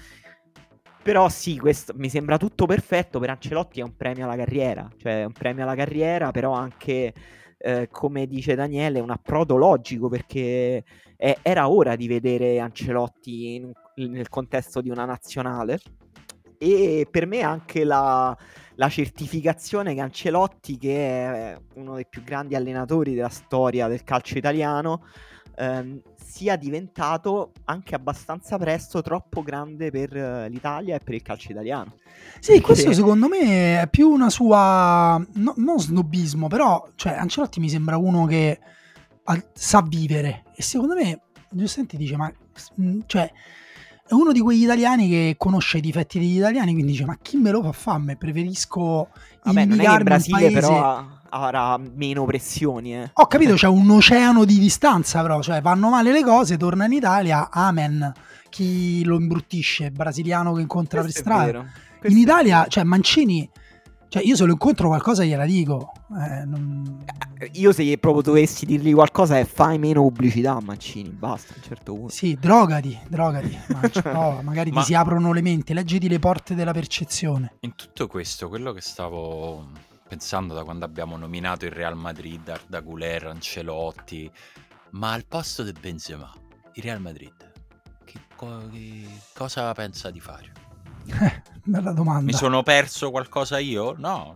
Però sì, questo mi sembra tutto perfetto. Per Ancelotti è un premio alla carriera, cioè è un premio alla carriera, però anche, come dice Daniele, un approdo logico, perché era ora di vedere Ancelotti nel contesto di una nazionale. E per me anche la certificazione che Ancelotti, che è uno dei più grandi allenatori della storia del calcio italiano, sia diventato anche abbastanza presto troppo grande per l'Italia e per il calcio italiano. Sì, perché... questo secondo me è più una sua non snobismo, però cioè, Ancelotti mi sembra uno che sa vivere, e secondo me giustamente dice, ma cioè è uno di quegli italiani che conosce i difetti degli italiani, quindi dice: ma chi me lo fa fare? Preferisco inimicarmi in Brasile, un paese... però avrà meno pressioni. Ho capito, c'è un oceano di distanza, però, cioè vanno male le cose, torna in Italia, amen, chi lo imbruttisce, il brasiliano che incontra per strada. In Italia, cioè Mancini, cioè io se lo incontro qualcosa gliela dico. Io se proprio dovessi dirgli qualcosa è: fai meno pubblicità a Mancini, basta a un certo punto. Sì, drogati, magari ti si aprono le menti, leggiti Le porte della percezione. In tutto questo, quello che stavo pensando da quando abbiamo nominato il Real Madrid, Arda Güler, Ancelotti, ma al posto di Benzema, il Real Madrid, che cosa pensa di fare? Bella domanda. Mi sono perso qualcosa io? No.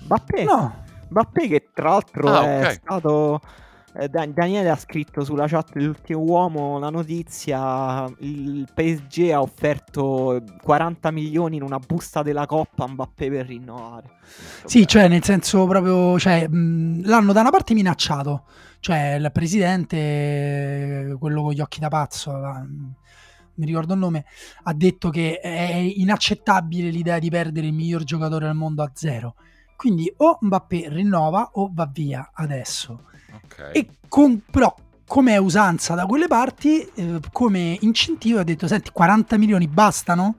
Mbappé, che tra l'altro è stato... Daniele ha scritto sulla chat dell'Ultimo Uomo la notizia: il PSG ha offerto 40 milioni in una busta della Coppa a Mbappé per rinnovare. Sì, cioè nel senso proprio, cioè, l'hanno da una parte minacciato, cioè il presidente, quello con gli occhi da pazzo, mi ricordo il nome, ha detto che è inaccettabile l'idea di perdere il miglior giocatore al mondo a zero, quindi o Mbappé rinnova o va via adesso. E però, come è usanza da quelle parti, come incentivo ha detto: senti, 40 milioni bastano?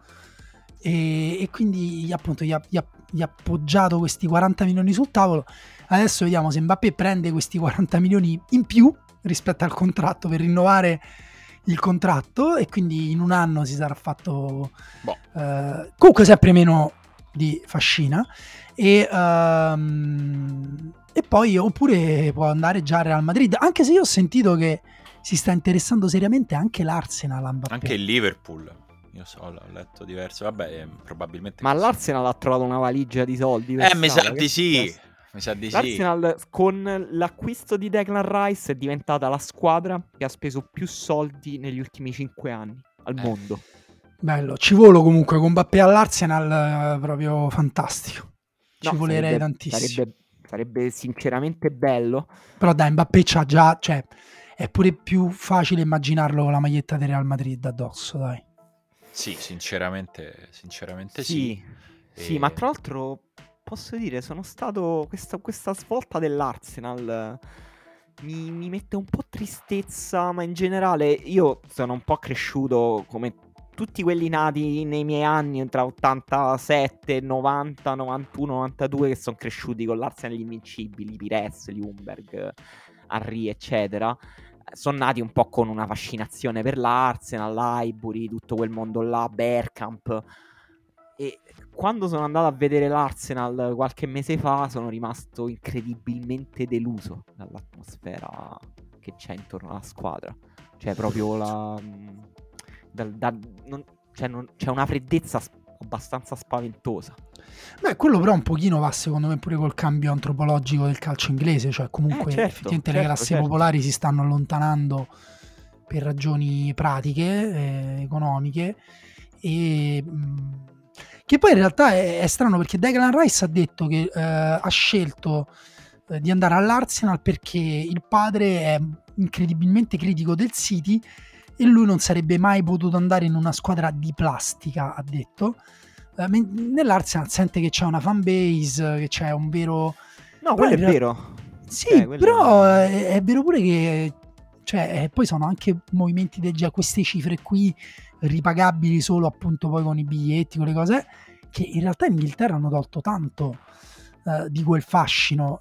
E quindi appunto gli ha appoggiato questi 40 milioni sul tavolo. Adesso vediamo se Mbappé prende questi 40 milioni in più rispetto al contratto per rinnovare il contratto, e quindi in un anno si sarà fatto comunque sempre meno di fascina, e poi oppure può andare già al Real Madrid, anche se io ho sentito che si sta interessando seriamente anche l'Arsenal a Mbappé. Anche il Liverpool, io ho letto diverso, vabbè, probabilmente. Ma l'Arsenal ha trovato una valigia di soldi. Mi sa di sì. L'Arsenal con l'acquisto di Declan Rice è diventata la squadra che ha speso più soldi negli ultimi 5 anni al mondo. Bello, ci volo comunque con Mbappé all'Arsenal, proprio fantastico. Ci volerei tantissimo. Sarebbe sinceramente bello. Però dai, Mbappé c'ha già, cioè è pure più facile immaginarlo con la maglietta del Real Madrid addosso, dai. Sì, sinceramente sì. Sì, ma E tra l'altro posso dire, sono stato questa svolta dell'Arsenal mi mette un po' tristezza, ma in generale io sono un po' cresciuto come tutti quelli nati nei miei anni tra 87, 90, 91, 92 che sono cresciuti con l'Arsenal gli Invincibili, Pires, Ljungberg, Henry, eccetera. Sono nati un po' con una fascinazione per l'Arsenal, Highbury, tutto quel mondo là, Bergkamp. E quando sono andato a vedere l'Arsenal qualche mese fa sono rimasto incredibilmente deluso dall'atmosfera che c'è intorno alla squadra. Cioè proprio c'è una freddezza abbastanza spaventosa. Beh, quello però un pochino va secondo me pure col cambio antropologico del calcio inglese, cioè comunque effettivamente le classi popolari si stanno allontanando per ragioni pratiche, economiche, e che poi in realtà è strano perché Declan Rice ha detto che ha scelto di andare all'Arsenal perché il padre è incredibilmente critico del City e lui non sarebbe mai potuto andare in una squadra di plastica, ha detto. Nell'Arsenal sente che c'è una fan base, che c'è un vero... No, quello è vero. Sì, però è vero pure che poi sono anche movimenti del genere, queste cifre qui ripagabili solo appunto poi con i biglietti, con le cose che in realtà in Inghilterra hanno tolto tanto di quel fascino.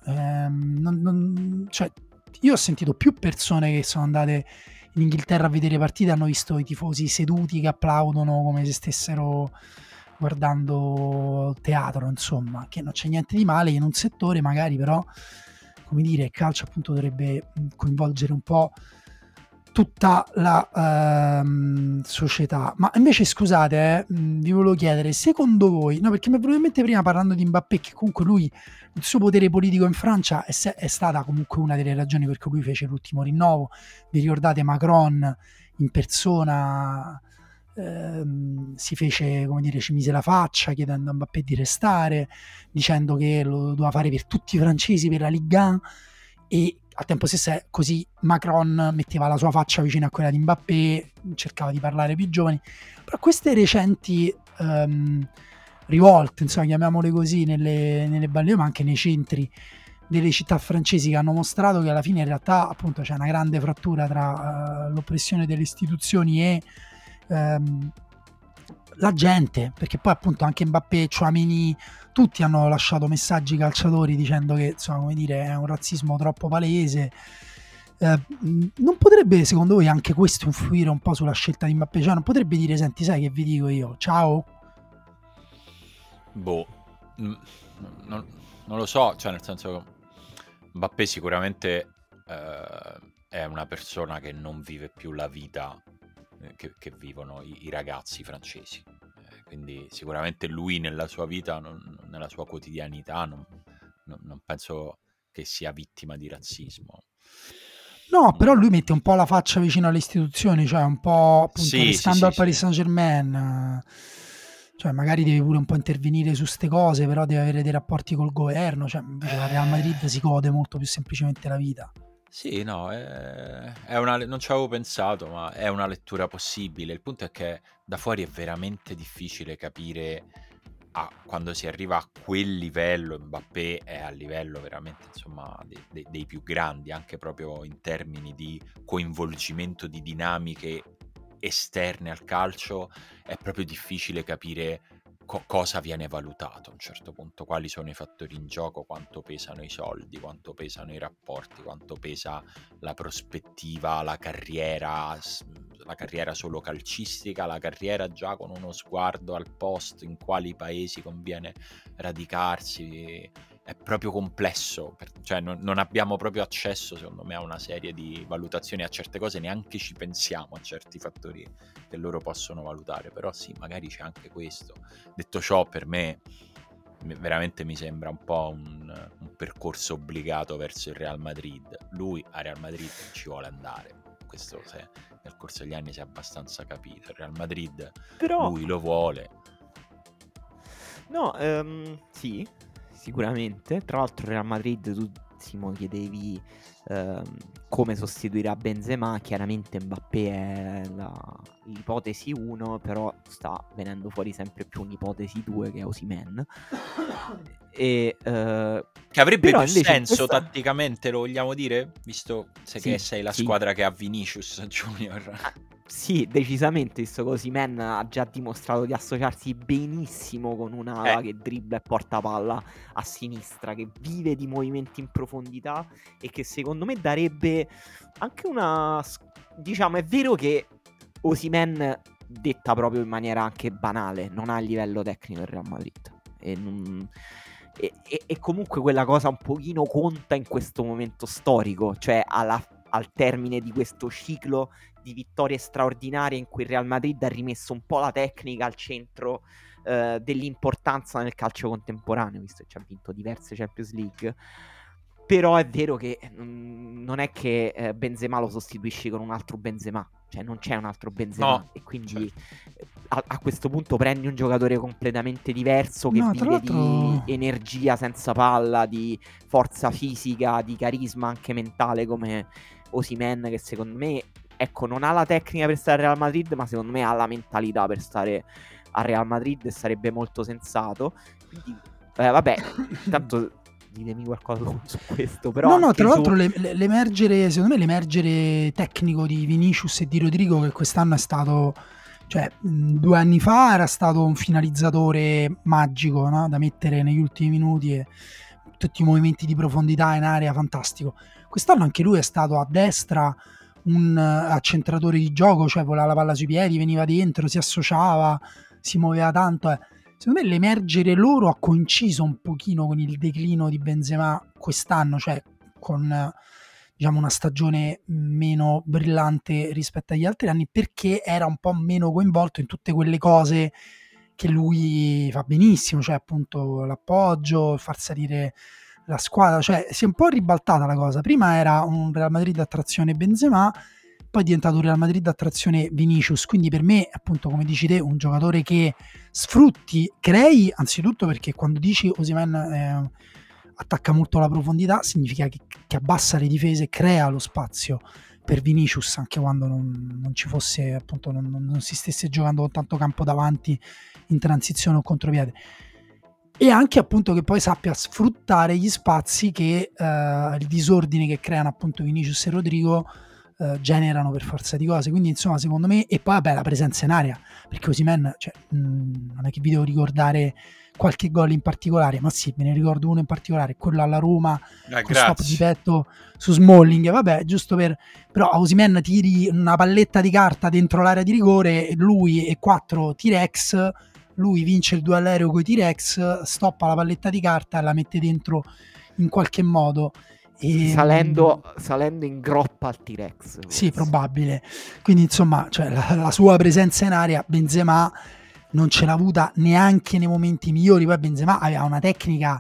Io ho sentito più persone che sono andate in Inghilterra a vedere partite, hanno visto i tifosi seduti che applaudono come se stessero guardando teatro, insomma, che non c'è niente di male in un settore magari, però come dire, il calcio appunto dovrebbe coinvolgere un po' tutta la società. Ma invece scusate, vi volevo chiedere, secondo voi, no, perché mi è venuto in mente prima parlando di Mbappé che comunque lui, il suo potere politico in Francia è stata comunque una delle ragioni per cui lui fece l'ultimo rinnovo. Vi ricordate Macron in persona si fece, come dire, ci mise la faccia chiedendo a Mbappé di restare, dicendo che lo doveva fare per tutti i francesi, per la Ligue 1, e al tempo stesso così Macron metteva la sua faccia vicino a quella di Mbappé, cercava di parlare più giovani. Però queste recenti rivolte, insomma, chiamiamole così, nelle ballie, ma anche nei centri delle città francesi, che hanno mostrato che alla fine in realtà appunto c'è una grande frattura tra l'oppressione delle istituzioni e la gente, perché poi appunto anche Mbappé, Tchouaméni, tutti hanno lasciato messaggi ai calciatori dicendo che, insomma, come dire, è un razzismo troppo palese. Non potrebbe secondo voi anche questo influire un po' sulla scelta di Mbappé? Cioè non potrebbe dire, senti, sai che vi dico io, ciao? Non lo so, cioè nel senso Mbappé sicuramente è una persona che non vive più la vita che vivono i ragazzi francesi, quindi sicuramente lui nella sua vita, nella sua quotidianità non penso che sia vittima di razzismo. No, però lui mette un po' la faccia vicino alle istituzioni, cioè un po' appunto restando al Paris Saint-Germain, cioè magari deve pure un po' intervenire su ste cose, però deve avere dei rapporti col governo, cioè invece la Real Madrid si gode molto più semplicemente la vita. Sì, no, non ci avevo pensato, ma è una lettura possibile. Il punto è che da fuori è veramente difficile capire quando si arriva a quel livello. Mbappé è a livello veramente, insomma, dei più grandi, anche proprio in termini di coinvolgimento di dinamiche esterne al calcio. È proprio difficile capire cosa viene valutato a un certo punto, quali sono i fattori in gioco, quanto pesano i soldi, quanto pesano i rapporti, quanto pesa la prospettiva, la carriera solo calcistica, la carriera già con uno sguardo al post, in quali paesi conviene radicarsi. È proprio complesso, cioè non abbiamo proprio accesso, secondo me, a una serie di valutazioni, a certe cose neanche ci pensiamo, a certi fattori che loro possono valutare, però sì, magari c'è anche questo. Detto ciò, per me veramente mi sembra un po' un percorso obbligato verso il Real Madrid. Lui a Real Madrid ci vuole andare, questo nel corso degli anni si è abbastanza capito. Il Real Madrid però lui lo vuole. No, sì, sicuramente. Tra l'altro Real Madrid, tu Massimo chiedevi come sostituirà Benzema. Chiaramente Mbappé è l'ipotesi 1, però sta venendo fuori sempre più un'ipotesi 2, che è Osimhen. E che avrebbe però più invece senso tatticamente, lo vogliamo dire? Visto che sei la sì. squadra che ha Vinicius Junior. Sì, decisamente, visto che Osimhen ha già dimostrato di associarsi benissimo con un'ala che dribbla e porta palla a sinistra, che vive di movimenti in profondità e che secondo me darebbe anche diciamo, è vero che Osimhen, detta proprio in maniera anche banale, non ha il livello tecnico del Real Madrid e comunque quella cosa un pochino conta in questo momento storico, cioè al termine di questo ciclo di vittorie straordinarie in cui il Real Madrid ha rimesso un po' la tecnica al centro dell'importanza nel calcio contemporaneo, visto che ci ha vinto diverse Champions League. Però è vero che non è che Benzema lo sostituisci con un altro Benzema, cioè non c'è un altro Benzema, no, e quindi certo. a questo punto prendi un giocatore completamente diverso che vive di energia senza palla, di forza fisica, di carisma anche mentale, come Osimhen, che secondo me, ecco, non ha la tecnica per stare al Real Madrid, ma secondo me ha la mentalità per stare al Real Madrid e sarebbe molto sensato. Quindi vabbè, tanto ditemi qualcosa su questo, però no, tra l'altro l'emergere, secondo me l'emergere tecnico di Vinicius e di Rodrigo, che quest'anno è stato, cioè 2 anni fa era stato un finalizzatore magico, no? Da mettere negli ultimi minuti e tutti i movimenti di profondità in area, fantastico. Quest'anno anche lui è stato a destra un accentratore di gioco, cioè voleva la palla sui piedi, veniva dentro, si associava, si muoveva tanto. Secondo me l'emergere loro ha coinciso un pochino con il declino di Benzema quest'anno, cioè con diciamo una stagione meno brillante rispetto agli altri anni, perché era un po' meno coinvolto in tutte quelle cose che lui fa benissimo, cioè appunto l'appoggio, far salire la squadra, cioè si è un po' ribaltata la cosa. Prima era un Real Madrid a trazione Benzema, poi è diventato un Real Madrid a trazione Vinicius, quindi per me, appunto, come dici te, un giocatore che sfrutti, crei, anzitutto perché quando dici Osimhen attacca molto la profondità, significa che abbassa le difese, crea lo spazio per Vinicius anche quando non ci fosse, appunto, non si stesse giocando con tanto campo davanti in transizione o contropiede, e anche appunto che poi sappia sfruttare gli spazi che il disordine che creano appunto Vinicius e Rodrigo generano per forza di cose. Quindi insomma, secondo me, e poi vabbè la presenza in area, perché Osimhen, cioè, non è che vi devo ricordare qualche gol in particolare, ma sì, me ne ricordo uno in particolare, quello alla Roma con stop di petto su Smalling, vabbè, giusto però a Osimhen tiri una palletta di carta dentro l'area di rigore, lui e 4 T-Rex, lui vince il duello aereo con i T-Rex, stoppa la palletta di carta e la mette dentro in qualche modo. Salendo in groppa al T-Rex. Sì, probabile. Quindi insomma, cioè, la sua presenza in area, Benzema non ce l'ha avuta neanche nei momenti migliori. Poi Benzema aveva una tecnica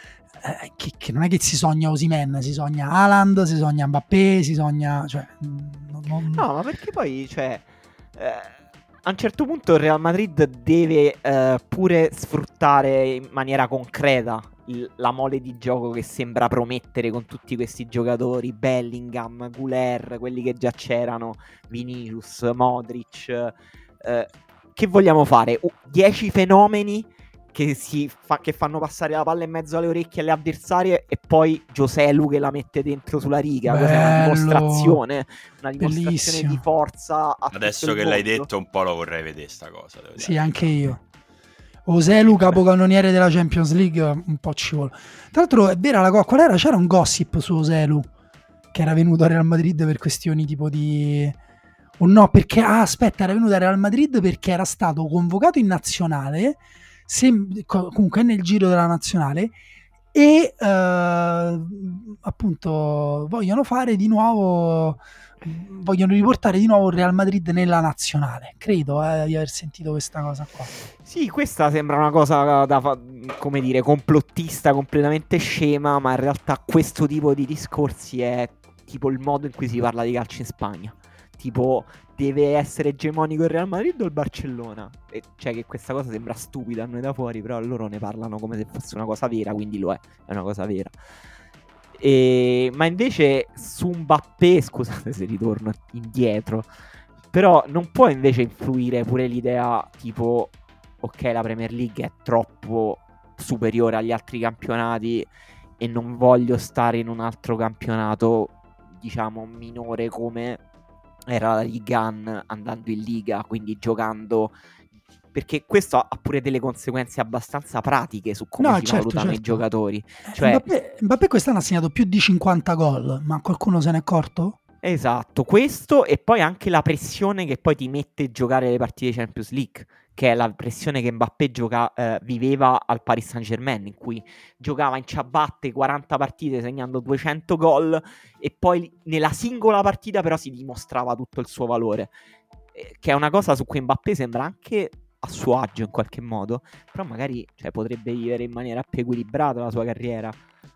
che non è che si sogna Osimhen, si sogna Haaland, si sogna Mbappé, si sogna, cioè, no, ma perché poi, cioè, a un certo punto il Real Madrid deve pure sfruttare in maniera concreta la mole di gioco che sembra promettere con tutti questi giocatori, Bellingham, Güler, quelli che già c'erano, Vinicius, Modric. Che vogliamo fare? 10 fenomeni che fanno passare la palla in mezzo alle orecchie alle avversarie e poi Joselu che la mette dentro sulla riga. Questa è una dimostrazione bellissimo di forza. Adesso che l'hai detto un po' lo vorrei vedere sta cosa. Sì, anche io. Joselu capocannoniere della Champions League, un po' ci vuole. Tra l'altro è vera la cosa, qual era? C'era un gossip su Joselu che era venuto a Real Madrid per questioni tipo di... o no, perché era venuto a Real Madrid perché era stato convocato in nazionale, comunque nel giro della nazionale, e appunto vogliono riportare di nuovo il Real Madrid nella nazionale. Credo di aver sentito questa cosa qua. Sì, questa sembra una cosa come dire, complottista, completamente scema, ma in realtà questo tipo di discorsi è tipo il modo in cui si parla di calcio in Spagna. Tipo, deve essere egemonico il Real Madrid o il Barcellona? E cioè che questa cosa sembra stupida a noi da fuori, però loro ne parlano come se fosse una cosa vera, quindi lo è una cosa vera. Ma invece su Mbappé, scusate se ritorno indietro, però non può invece influire pure l'idea tipo, ok, la Premier League è troppo superiore agli altri campionati e non voglio stare in un altro campionato, diciamo, minore come era la Liga 1 andando in Liga, quindi giocando, perché questo ha pure delle conseguenze abbastanza pratiche su come No, si certo, valutano i certo. giocatori. Cioè, Mbappé quest'anno ha segnato più di 50 gol, ma qualcuno se n'è accorto? esatto, questo e poi anche la pressione che poi ti mette giocare le partite Champions League, che è la pressione che Mbappé viveva al Paris Saint-Germain, in cui giocava in ciabatte 40 partite segnando 200 gol e poi nella singola partita però si dimostrava tutto il suo valore, che è una cosa su cui Mbappé sembra anche a suo agio in qualche modo, però magari potrebbe vivere in maniera più equilibrata la sua carriera.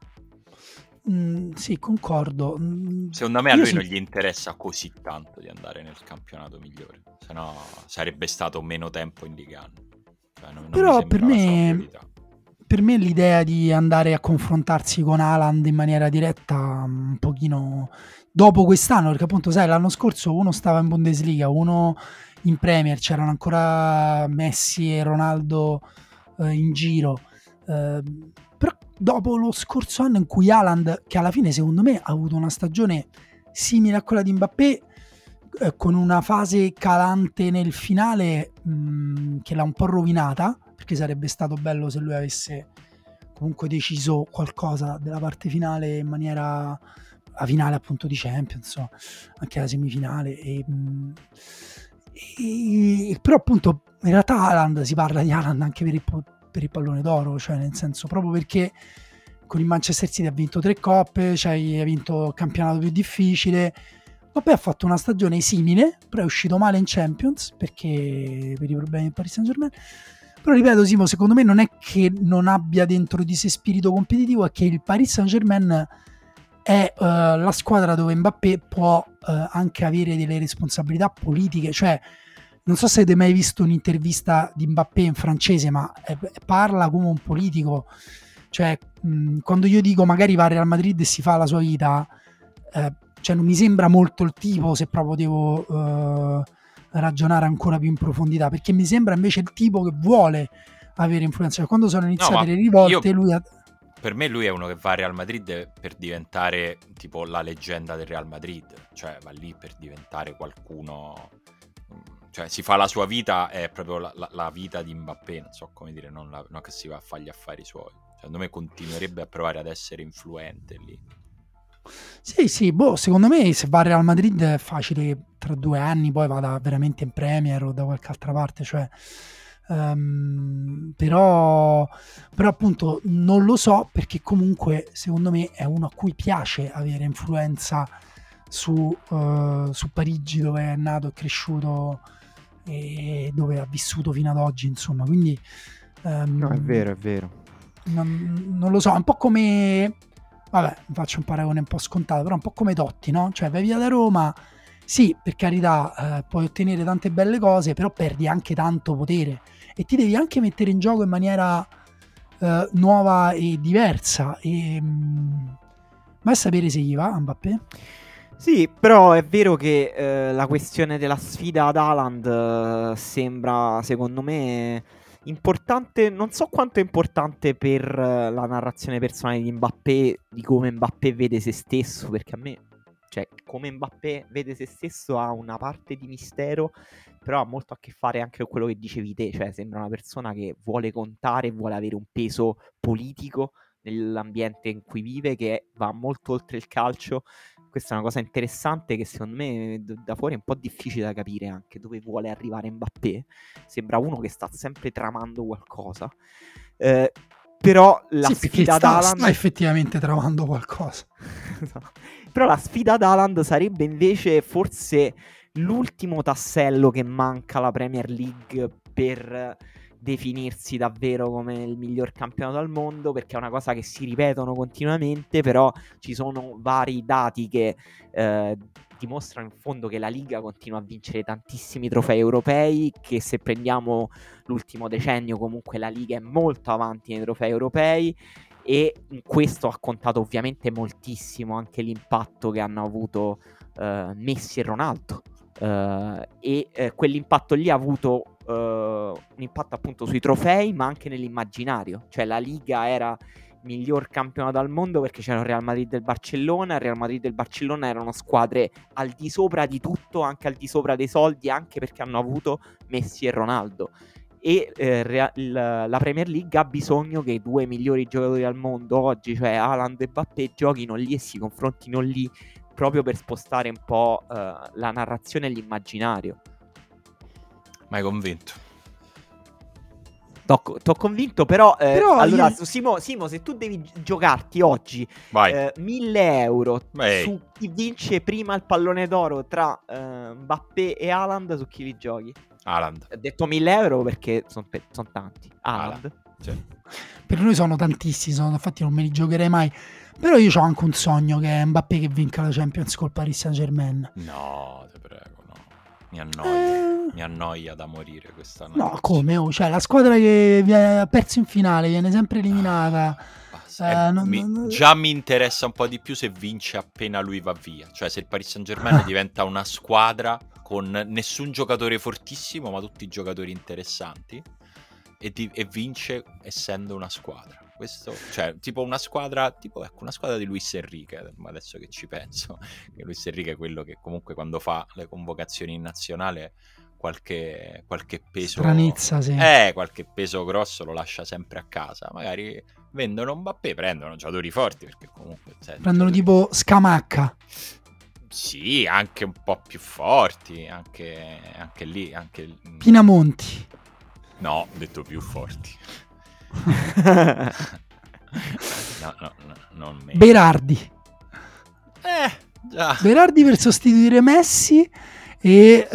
Sì, concordo. Secondo me a Io lui sì. non gli interessa così tanto di andare nel campionato migliore, se no sarebbe stato meno tempo in Liga 1. Cioè, non mi Però sembra la sua priorità. per me l'idea di andare a confrontarsi con Haaland in maniera diretta un pochino dopo quest'anno, perché appunto sai, l'anno scorso uno stava in Bundesliga, uno in Premier, c'erano ancora Messi e Ronaldo in giro. Però dopo lo scorso anno in cui Haaland, che alla fine secondo me ha avuto una stagione simile a quella di Mbappé, con una fase calante nel finale che l'ha un po' rovinata, perché sarebbe stato bello se lui avesse comunque deciso qualcosa della parte finale in maniera, la finale appunto di Champions, anche la semifinale però appunto in realtà Haaland, si parla di Haaland anche per il pallone d'oro, cioè nel senso proprio perché con il Manchester City ha vinto 3 coppe, cioè ha vinto il campionato più difficile. Poi ha fatto una stagione simile, però è uscito male in Champions perché per i problemi del Paris Saint-Germain. Però ripeto, Simo, secondo me non è che non abbia dentro di sé spirito competitivo, è che il Paris Saint-Germain è la squadra dove Mbappé può anche avere delle responsabilità politiche. Cioè, non so se avete mai visto un'intervista di Mbappé in francese, ma parla come un politico. Cioè, quando io dico magari va al Real Madrid e si fa la sua vita, cioè non mi sembra molto il tipo, se proprio devo ragionare ancora più in profondità, perché mi sembra invece il tipo che vuole avere influenza. Cioè, quando sono iniziate le rivolte, per me lui è uno che va al Real Madrid per diventare tipo la leggenda del Real Madrid, cioè va lì per diventare qualcuno, cioè si fa la sua vita, è proprio la vita di Mbappé, non so come dire, non che si va a fare gli affari suoi. Cioè, secondo me continuerebbe a provare ad essere influente lì. Sì, secondo me se va al Real Madrid è facile, tra 2 anni poi vada veramente in Premier o da qualche altra parte, cioè però appunto non lo so, perché comunque secondo me è uno a cui piace avere influenza su Parigi, dove è nato e cresciuto e dove ha vissuto fino ad oggi, insomma, quindi no, è vero non lo so, è un po' come, vabbè, faccio un paragone un po' scontato, però un po' come Totti, no? Cioè vai via da Roma, sì, per carità, puoi ottenere tante belle cose, però perdi anche tanto potere e ti devi anche mettere in gioco in maniera nuova e diversa. Vai a sapere se gli va a Mbappé. Sì, però è vero che la questione della sfida ad Haaland sembra, secondo me, importante. Non so quanto è importante per la narrazione personale di Mbappé, di come Mbappé vede se stesso, perché a me, cioè, come Mbappé vede se stesso ha una parte di mistero, però ha molto a che fare anche con quello che dicevi te, cioè sembra una persona che vuole contare, vuole avere un peso politico nell'ambiente in cui vive, che va molto oltre il calcio. Questa è una cosa interessante che secondo me da fuori è un po' difficile da capire anche dove vuole arrivare Mbappé. Sembra uno che sta sempre tramando qualcosa. Però la sfida ad Haaland sta effettivamente tramando qualcosa. Però la sfida ad Haaland sarebbe invece forse l'ultimo tassello che manca alla Premier League per definirsi davvero come il miglior campionato al mondo, perché è una cosa che si ripetono continuamente, però ci sono vari dati che dimostrano in fondo che la Liga continua a vincere tantissimi trofei europei, che se prendiamo l'ultimo decennio comunque la Liga è molto avanti nei trofei europei, e in questo ha contato ovviamente moltissimo anche l'impatto che hanno avuto Messi e Ronaldo. Quell'impatto lì ha avuto un impatto appunto sui trofei, ma anche nell'immaginario. Cioè la Liga era miglior campionato al mondo perché c'era il Real Madrid del Barcellona. Il Real Madrid del Barcellona erano squadre al di sopra di tutto, anche al di sopra dei soldi, anche perché hanno avuto Messi e Ronaldo. E la Premier League ha bisogno che i due migliori giocatori al mondo oggi, cioè Haaland e Mbappé, giochino lì e si confrontino lì, proprio per spostare un po' la narrazione e l'immaginario. M'hai convinto. T'ho convinto, però allora, io- Simo, se tu devi giocarti oggi Vai. 1.000 euro Ehi. su chi vince prima il pallone d'oro tra Mbappé e Haaland, su chi li giochi? Haaland. Ho detto 1.000 euro perché sono tanti. Haaland. Sì. Per noi sono tantissimi, infatti non me li giocherei mai. Però io ho anche un sogno, che è Mbappé che vinca la Champions col Paris Saint-Germain. No, te prego, no. Mi annoia da morire questa notte. No, come? Oh, cioè, la squadra che ha perso in finale viene sempre eliminata. Già mi interessa un po' di più se vince appena lui va via. Cioè, se il Paris Saint-Germain diventa una squadra con nessun giocatore fortissimo, ma tutti giocatori interessanti, e vince essendo una squadra. Questo, cioè, tipo una squadra, ecco, una squadra di Luis Enrique, adesso che ci penso, che Luis Enrique è quello che comunque quando fa le convocazioni in nazionale qualche peso, stranezza, sì. Qualche peso grosso lo lascia sempre a casa. Magari vendono Mbappé, prendono giocatori forti, perché comunque prendono tipo Scamacca. Sì, anche un po' più forti, anche lì, Pinamonti. No, ho detto più forti. no, non me. Berardi. Già. Berardi per sostituire Messi e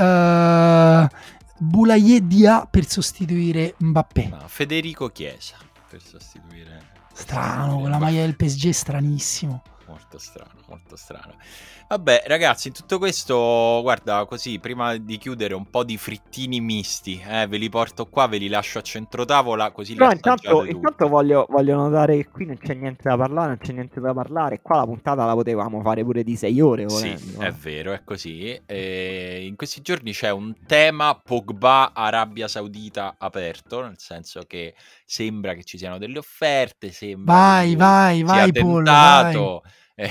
Boulaye Dia per sostituire Mbappé. No, Federico Chiesa per sostituire. Strano, con la maglia del PSG, stranissimo. Molto strano. Vabbè, ragazzi, in tutto questo, guarda, così, prima di chiudere, un po' di frittini misti, ve li porto qua, ve li lascio a centrotavola, così Però li assaggiate intanto voglio notare che qui non c'è niente da parlare, qua la puntata la potevamo fare pure di 6 ore volendo. Sì, è vero, è così. In questi giorni c'è un tema Pogba Arabia Saudita aperto, nel senso che sembra che ci siano delle offerte, sembra che Vai, sia Paul, tentato.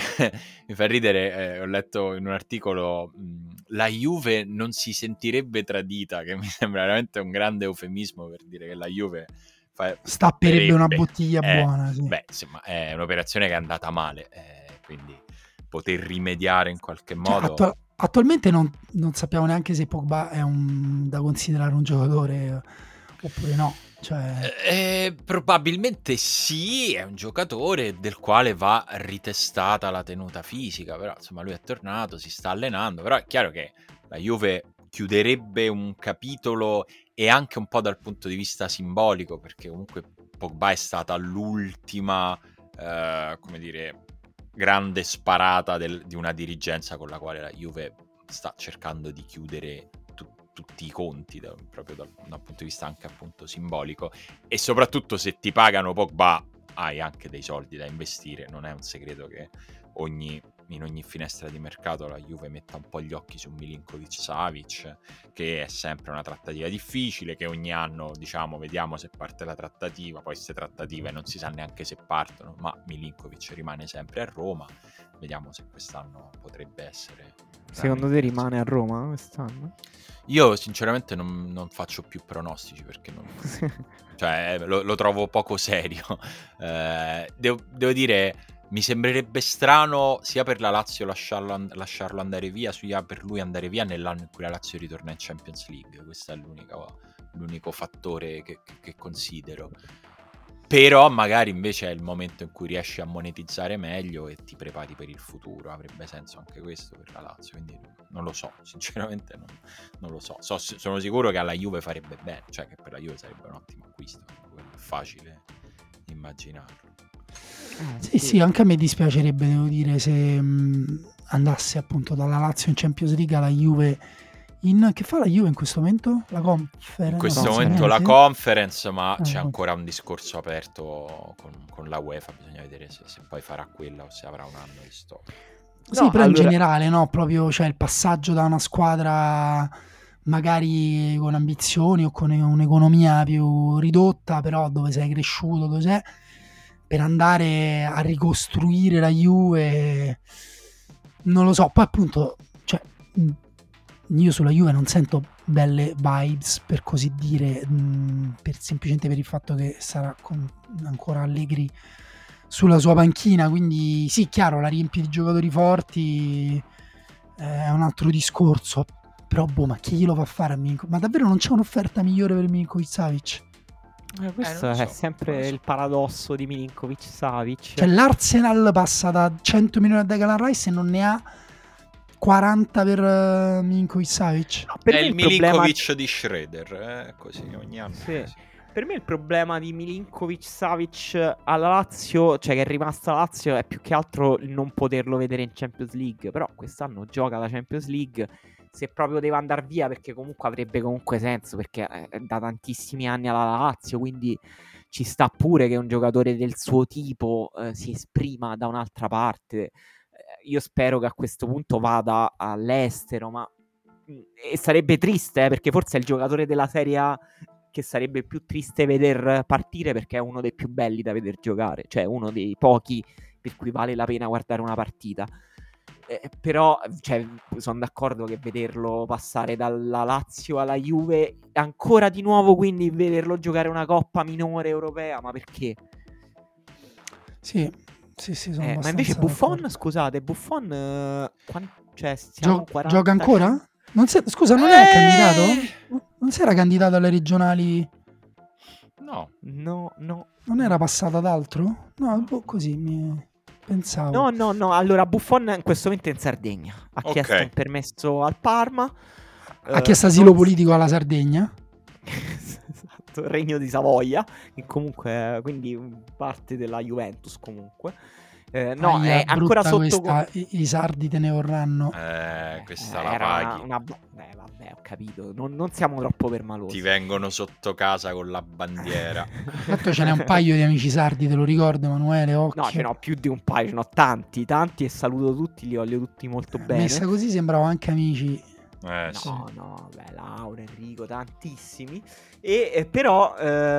Mi fa ridere, ho letto in un articolo la Juve non si sentirebbe tradita, che mi sembra veramente un grande eufemismo per dire che la Juve stapperebbe una bottiglia buona. Sì. Beh, insomma, è un'operazione che è andata male, quindi poter rimediare in qualche modo. Attualmente non sappiamo neanche se Pogba è da considerare un giocatore oppure no. Cioè... probabilmente sì, è un giocatore del quale va ritestata la tenuta fisica, però insomma lui è tornato, si sta allenando, però è chiaro che la Juve chiuderebbe un capitolo, e anche un po' dal punto di vista simbolico, perché comunque Pogba è stata l'ultima, come dire, grande sparata di una dirigenza con la quale la Juve sta cercando di chiudere tutti i conti, proprio da un punto di vista anche appunto simbolico. E soprattutto se ti pagano Pogba hai anche dei soldi da investire. Non è un segreto che in ogni finestra di mercato la Juve metta un po' gli occhi su Milinkovic-Savic, che è sempre una trattativa difficile, che ogni anno diciamo vediamo se parte la trattativa, poi queste trattative non si sa neanche se partono, ma Milinkovic rimane sempre a Roma. Vediamo se quest'anno potrebbe essere. Secondo te rimane a Roma quest'anno? Io sinceramente non faccio più pronostici, perché cioè, lo trovo poco serio. Devo dire, mi sembrerebbe strano sia per la Lazio lasciarlo andare via, sia per lui andare via nell'anno in cui la Lazio ritorna in Champions League. Questo è l'unico fattore che considero. Però magari invece è il momento in cui riesci a monetizzare meglio e ti prepari per il futuro. Avrebbe senso anche questo per la Lazio, quindi non lo so, sinceramente non lo so. Sono sicuro che alla Juve farebbe bene, cioè che per la Juve sarebbe un ottimo acquisto, è facile immaginarlo. Sì, anche a me dispiacerebbe, devo dire, se andasse appunto dalla Lazio in Champions League alla Juve Che fa la Juve in questo momento? La conference? In questo No, momento la niente? conference, ma c'è Ah, ancora un discorso aperto con la UEFA, bisogna vedere se poi farà quella o se avrà un anno di stop. sì, no, però in allora, generale, no? Proprio cioè, il passaggio da una squadra magari con ambizioni o con un'economia più ridotta, però dove sei cresciuto, dove sei, per andare a ricostruire la Juve, non lo so. Poi appunto, cioè, io sulla Juve non sento belle vibes, per così dire, semplicemente per il fatto che sarà ancora Allegri sulla sua panchina, quindi sì, chiaro, la riempi di giocatori forti, è un altro discorso, però boh, ma chi glielo fa fare a Milinkovic? Ma davvero non c'è un'offerta migliore per Milinkovic-Savic? questo Non lo è so, non sempre lo so. il paradosso di Milinkovic-Savic. Cioè l'Arsenal passa da 100 milioni a Declan Rice e non ne ha 40 per Milinkovic-Savic. No, È per me il il problema... Milinkovic di Schroeder, così ogni anno è Sì. così. Per me il problema di Milinkovic-Savic alla Lazio, cioè che è rimasta alla Lazio, è più che altro il non poterlo vedere in Champions League. Però quest'anno gioca la Champions League. Se proprio deve andare via, perché comunque avrebbe comunque senso, perché è da tantissimi anni alla Lazio, quindi ci sta pure che un giocatore del suo tipo si esprima da un'altra parte. Io spero che a questo punto vada all'estero, ma e sarebbe triste, perché forse è il giocatore della Serie A che sarebbe più triste veder partire, perché è uno dei più belli da veder giocare, cioè uno dei pochi per cui vale la pena guardare una partita. Però cioè, sono d'accordo che vederlo passare dalla Lazio alla Juve ancora di nuovo, quindi vederlo giocare una coppa minore europea, ma perché? Sì, sì, sono Ma invece abbastanza Buffon, d'accordo. scusate, Buffon, cioè siamo Gioca 40... ancora? Scusa, non è candidato? Eh, Non si era candidato alle regionali? no, No, Non era passato ad altro? No, no. boh, così mi pensavo. no. Allora, Buffon in questo momento è in Sardegna. Ha chiesto un Ok. permesso al Parma. Ha chiesto asilo Non politico alla Sardegna? esatto, Regno di Savoia, che comunque quindi parte della Juventus comunque. No, è Aia, ancora brutta sotto... questa. I sardi te ne vorranno. Questa la Era paghi. vabbè, ho capito. Non siamo troppo Ti permalosi. vengono sotto casa con la bandiera. Tanto ce n'è un paio di amici sardi, te lo ricordo, Emanuele, No, ce occhio. n'ho più di un paio, ce n'ho tanti e saluto tutti, li voglio tutti molto bene. Messa così sembrava anche amici. Sì. No, beh, Laura, Enrico, tantissimi. Però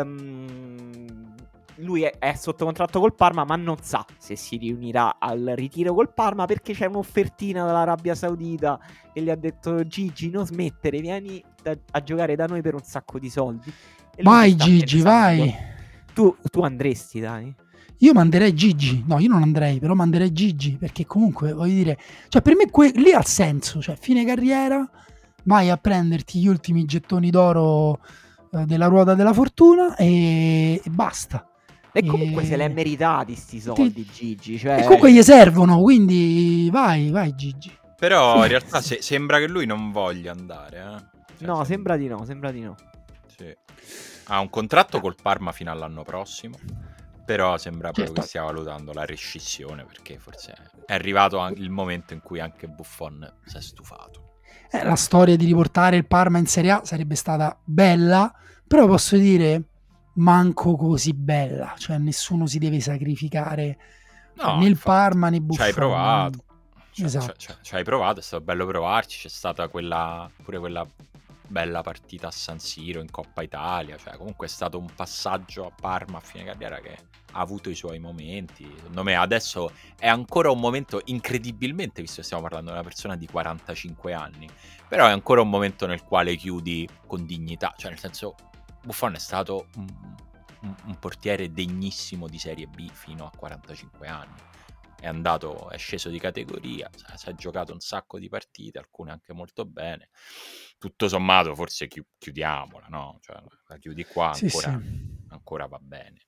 lui è sotto contratto col Parma, ma non sa se si riunirà al ritiro col Parma, perché c'è un'offertina dall'Arabia Saudita e gli ha detto: Gigi, non smettere, vieni a giocare da noi per un sacco di soldi. E lui ci Vai sta Gigi, pensando. vai. Tu andresti, Dani? Io manderei Gigi. No, io non andrei, però manderei Gigi, perché comunque, voglio dire, cioè per me lì ha senso, cioè fine carriera, vai a prenderti gli ultimi gettoni d'oro della ruota della fortuna e basta. E comunque se l'è E, meritati sti soldi, Gigi. Cioè... e comunque gli servono, quindi vai Gigi. Però Sì, in realtà sì. sembra che lui non voglia andare. Cioè, No, sembra di no. Sì. Ha un contratto col Parma fino all'anno prossimo. Però sembra proprio Certo. che stia valutando la rescissione, perché forse è arrivato il momento in cui anche Buffon si è stufato. La storia di riportare il Parma in Serie A sarebbe stata bella, però posso dire manco così bella, cioè nessuno si deve sacrificare, No, né il infatti, Parma né ci Buffon. hai provato. Esatto. Ci hai provato, è stato bello provarci. C'è stata pure quella bella partita a San Siro in Coppa Italia. Cioè, comunque è stato un passaggio a Parma a fine carriera che ha avuto i suoi momenti. Secondo me adesso è ancora un momento, incredibilmente, visto che stiamo parlando di una persona di 45 anni, però è ancora un momento nel quale chiudi con dignità. Cioè, nel senso, Buffon è stato un portiere degnissimo di Serie B fino a 45 anni. È sceso di categoria, si è giocato un sacco di partite, alcune anche molto bene. Tutto sommato forse chiudiamola, no? Cioè, la chiudi qua, Sì, ancora va bene.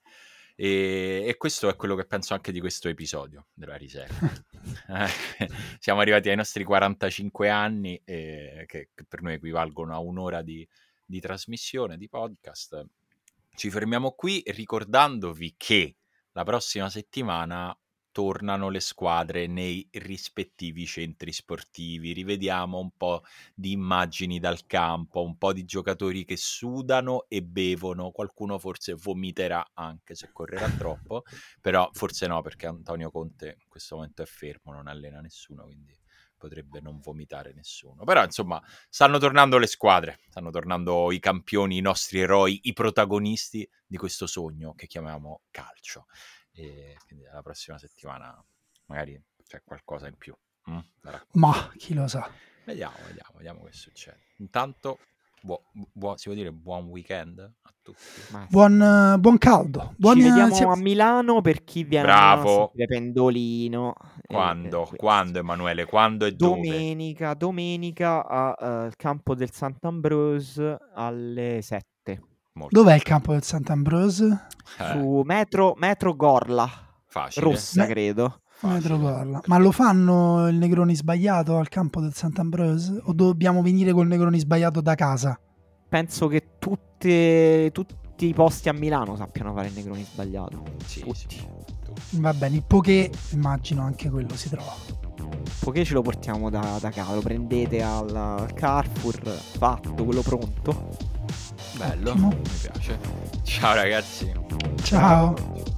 E questo è quello che penso anche di questo episodio della riserva. Siamo arrivati ai nostri 45 anni, che per noi equivalgono a un'ora di trasmissione, di podcast. Ci fermiamo qui ricordandovi che la prossima settimana tornano le squadre nei rispettivi centri sportivi, rivediamo un po' di immagini dal campo, un po' di giocatori che sudano e bevono, qualcuno forse vomiterà anche se correrà troppo, però forse no, perché Antonio Conte in questo momento è fermo, non allena nessuno, quindi potrebbe non vomitare nessuno. Però insomma stanno tornando le squadre, stanno tornando i campioni, i nostri eroi, i protagonisti di questo sogno che chiamiamo calcio. E quindi la prossima settimana magari c'è qualcosa in più. Ma chi lo sa. Vediamo che succede. Intanto si può dire buon weekend a tutti. Buon caldo. Ci vediamo a Milano per chi viene Bravo. a sentire Pendolino. Quando Emanuele? Quando e dove? Domenica al campo del Sant'Ambrose alle 7. Dov'è il campo del Sant'Ambrose? Su metro Gorla. Facile. Rossa, credo. Metro Gorla. Ma lo fanno il Negroni sbagliato al campo del Sant'Ambrose? O dobbiamo venire col Negroni sbagliato da casa? Penso che tutti i posti a Milano sappiano fare il Negroni sbagliato. Sì. Va bene, il poké immagino anche quello si trova. Poké ce lo portiamo da casa, lo prendete al Carrefour, fatto, quello pronto. Bello, Ottimo. mi piace. Ciao ragazzi. Ciao.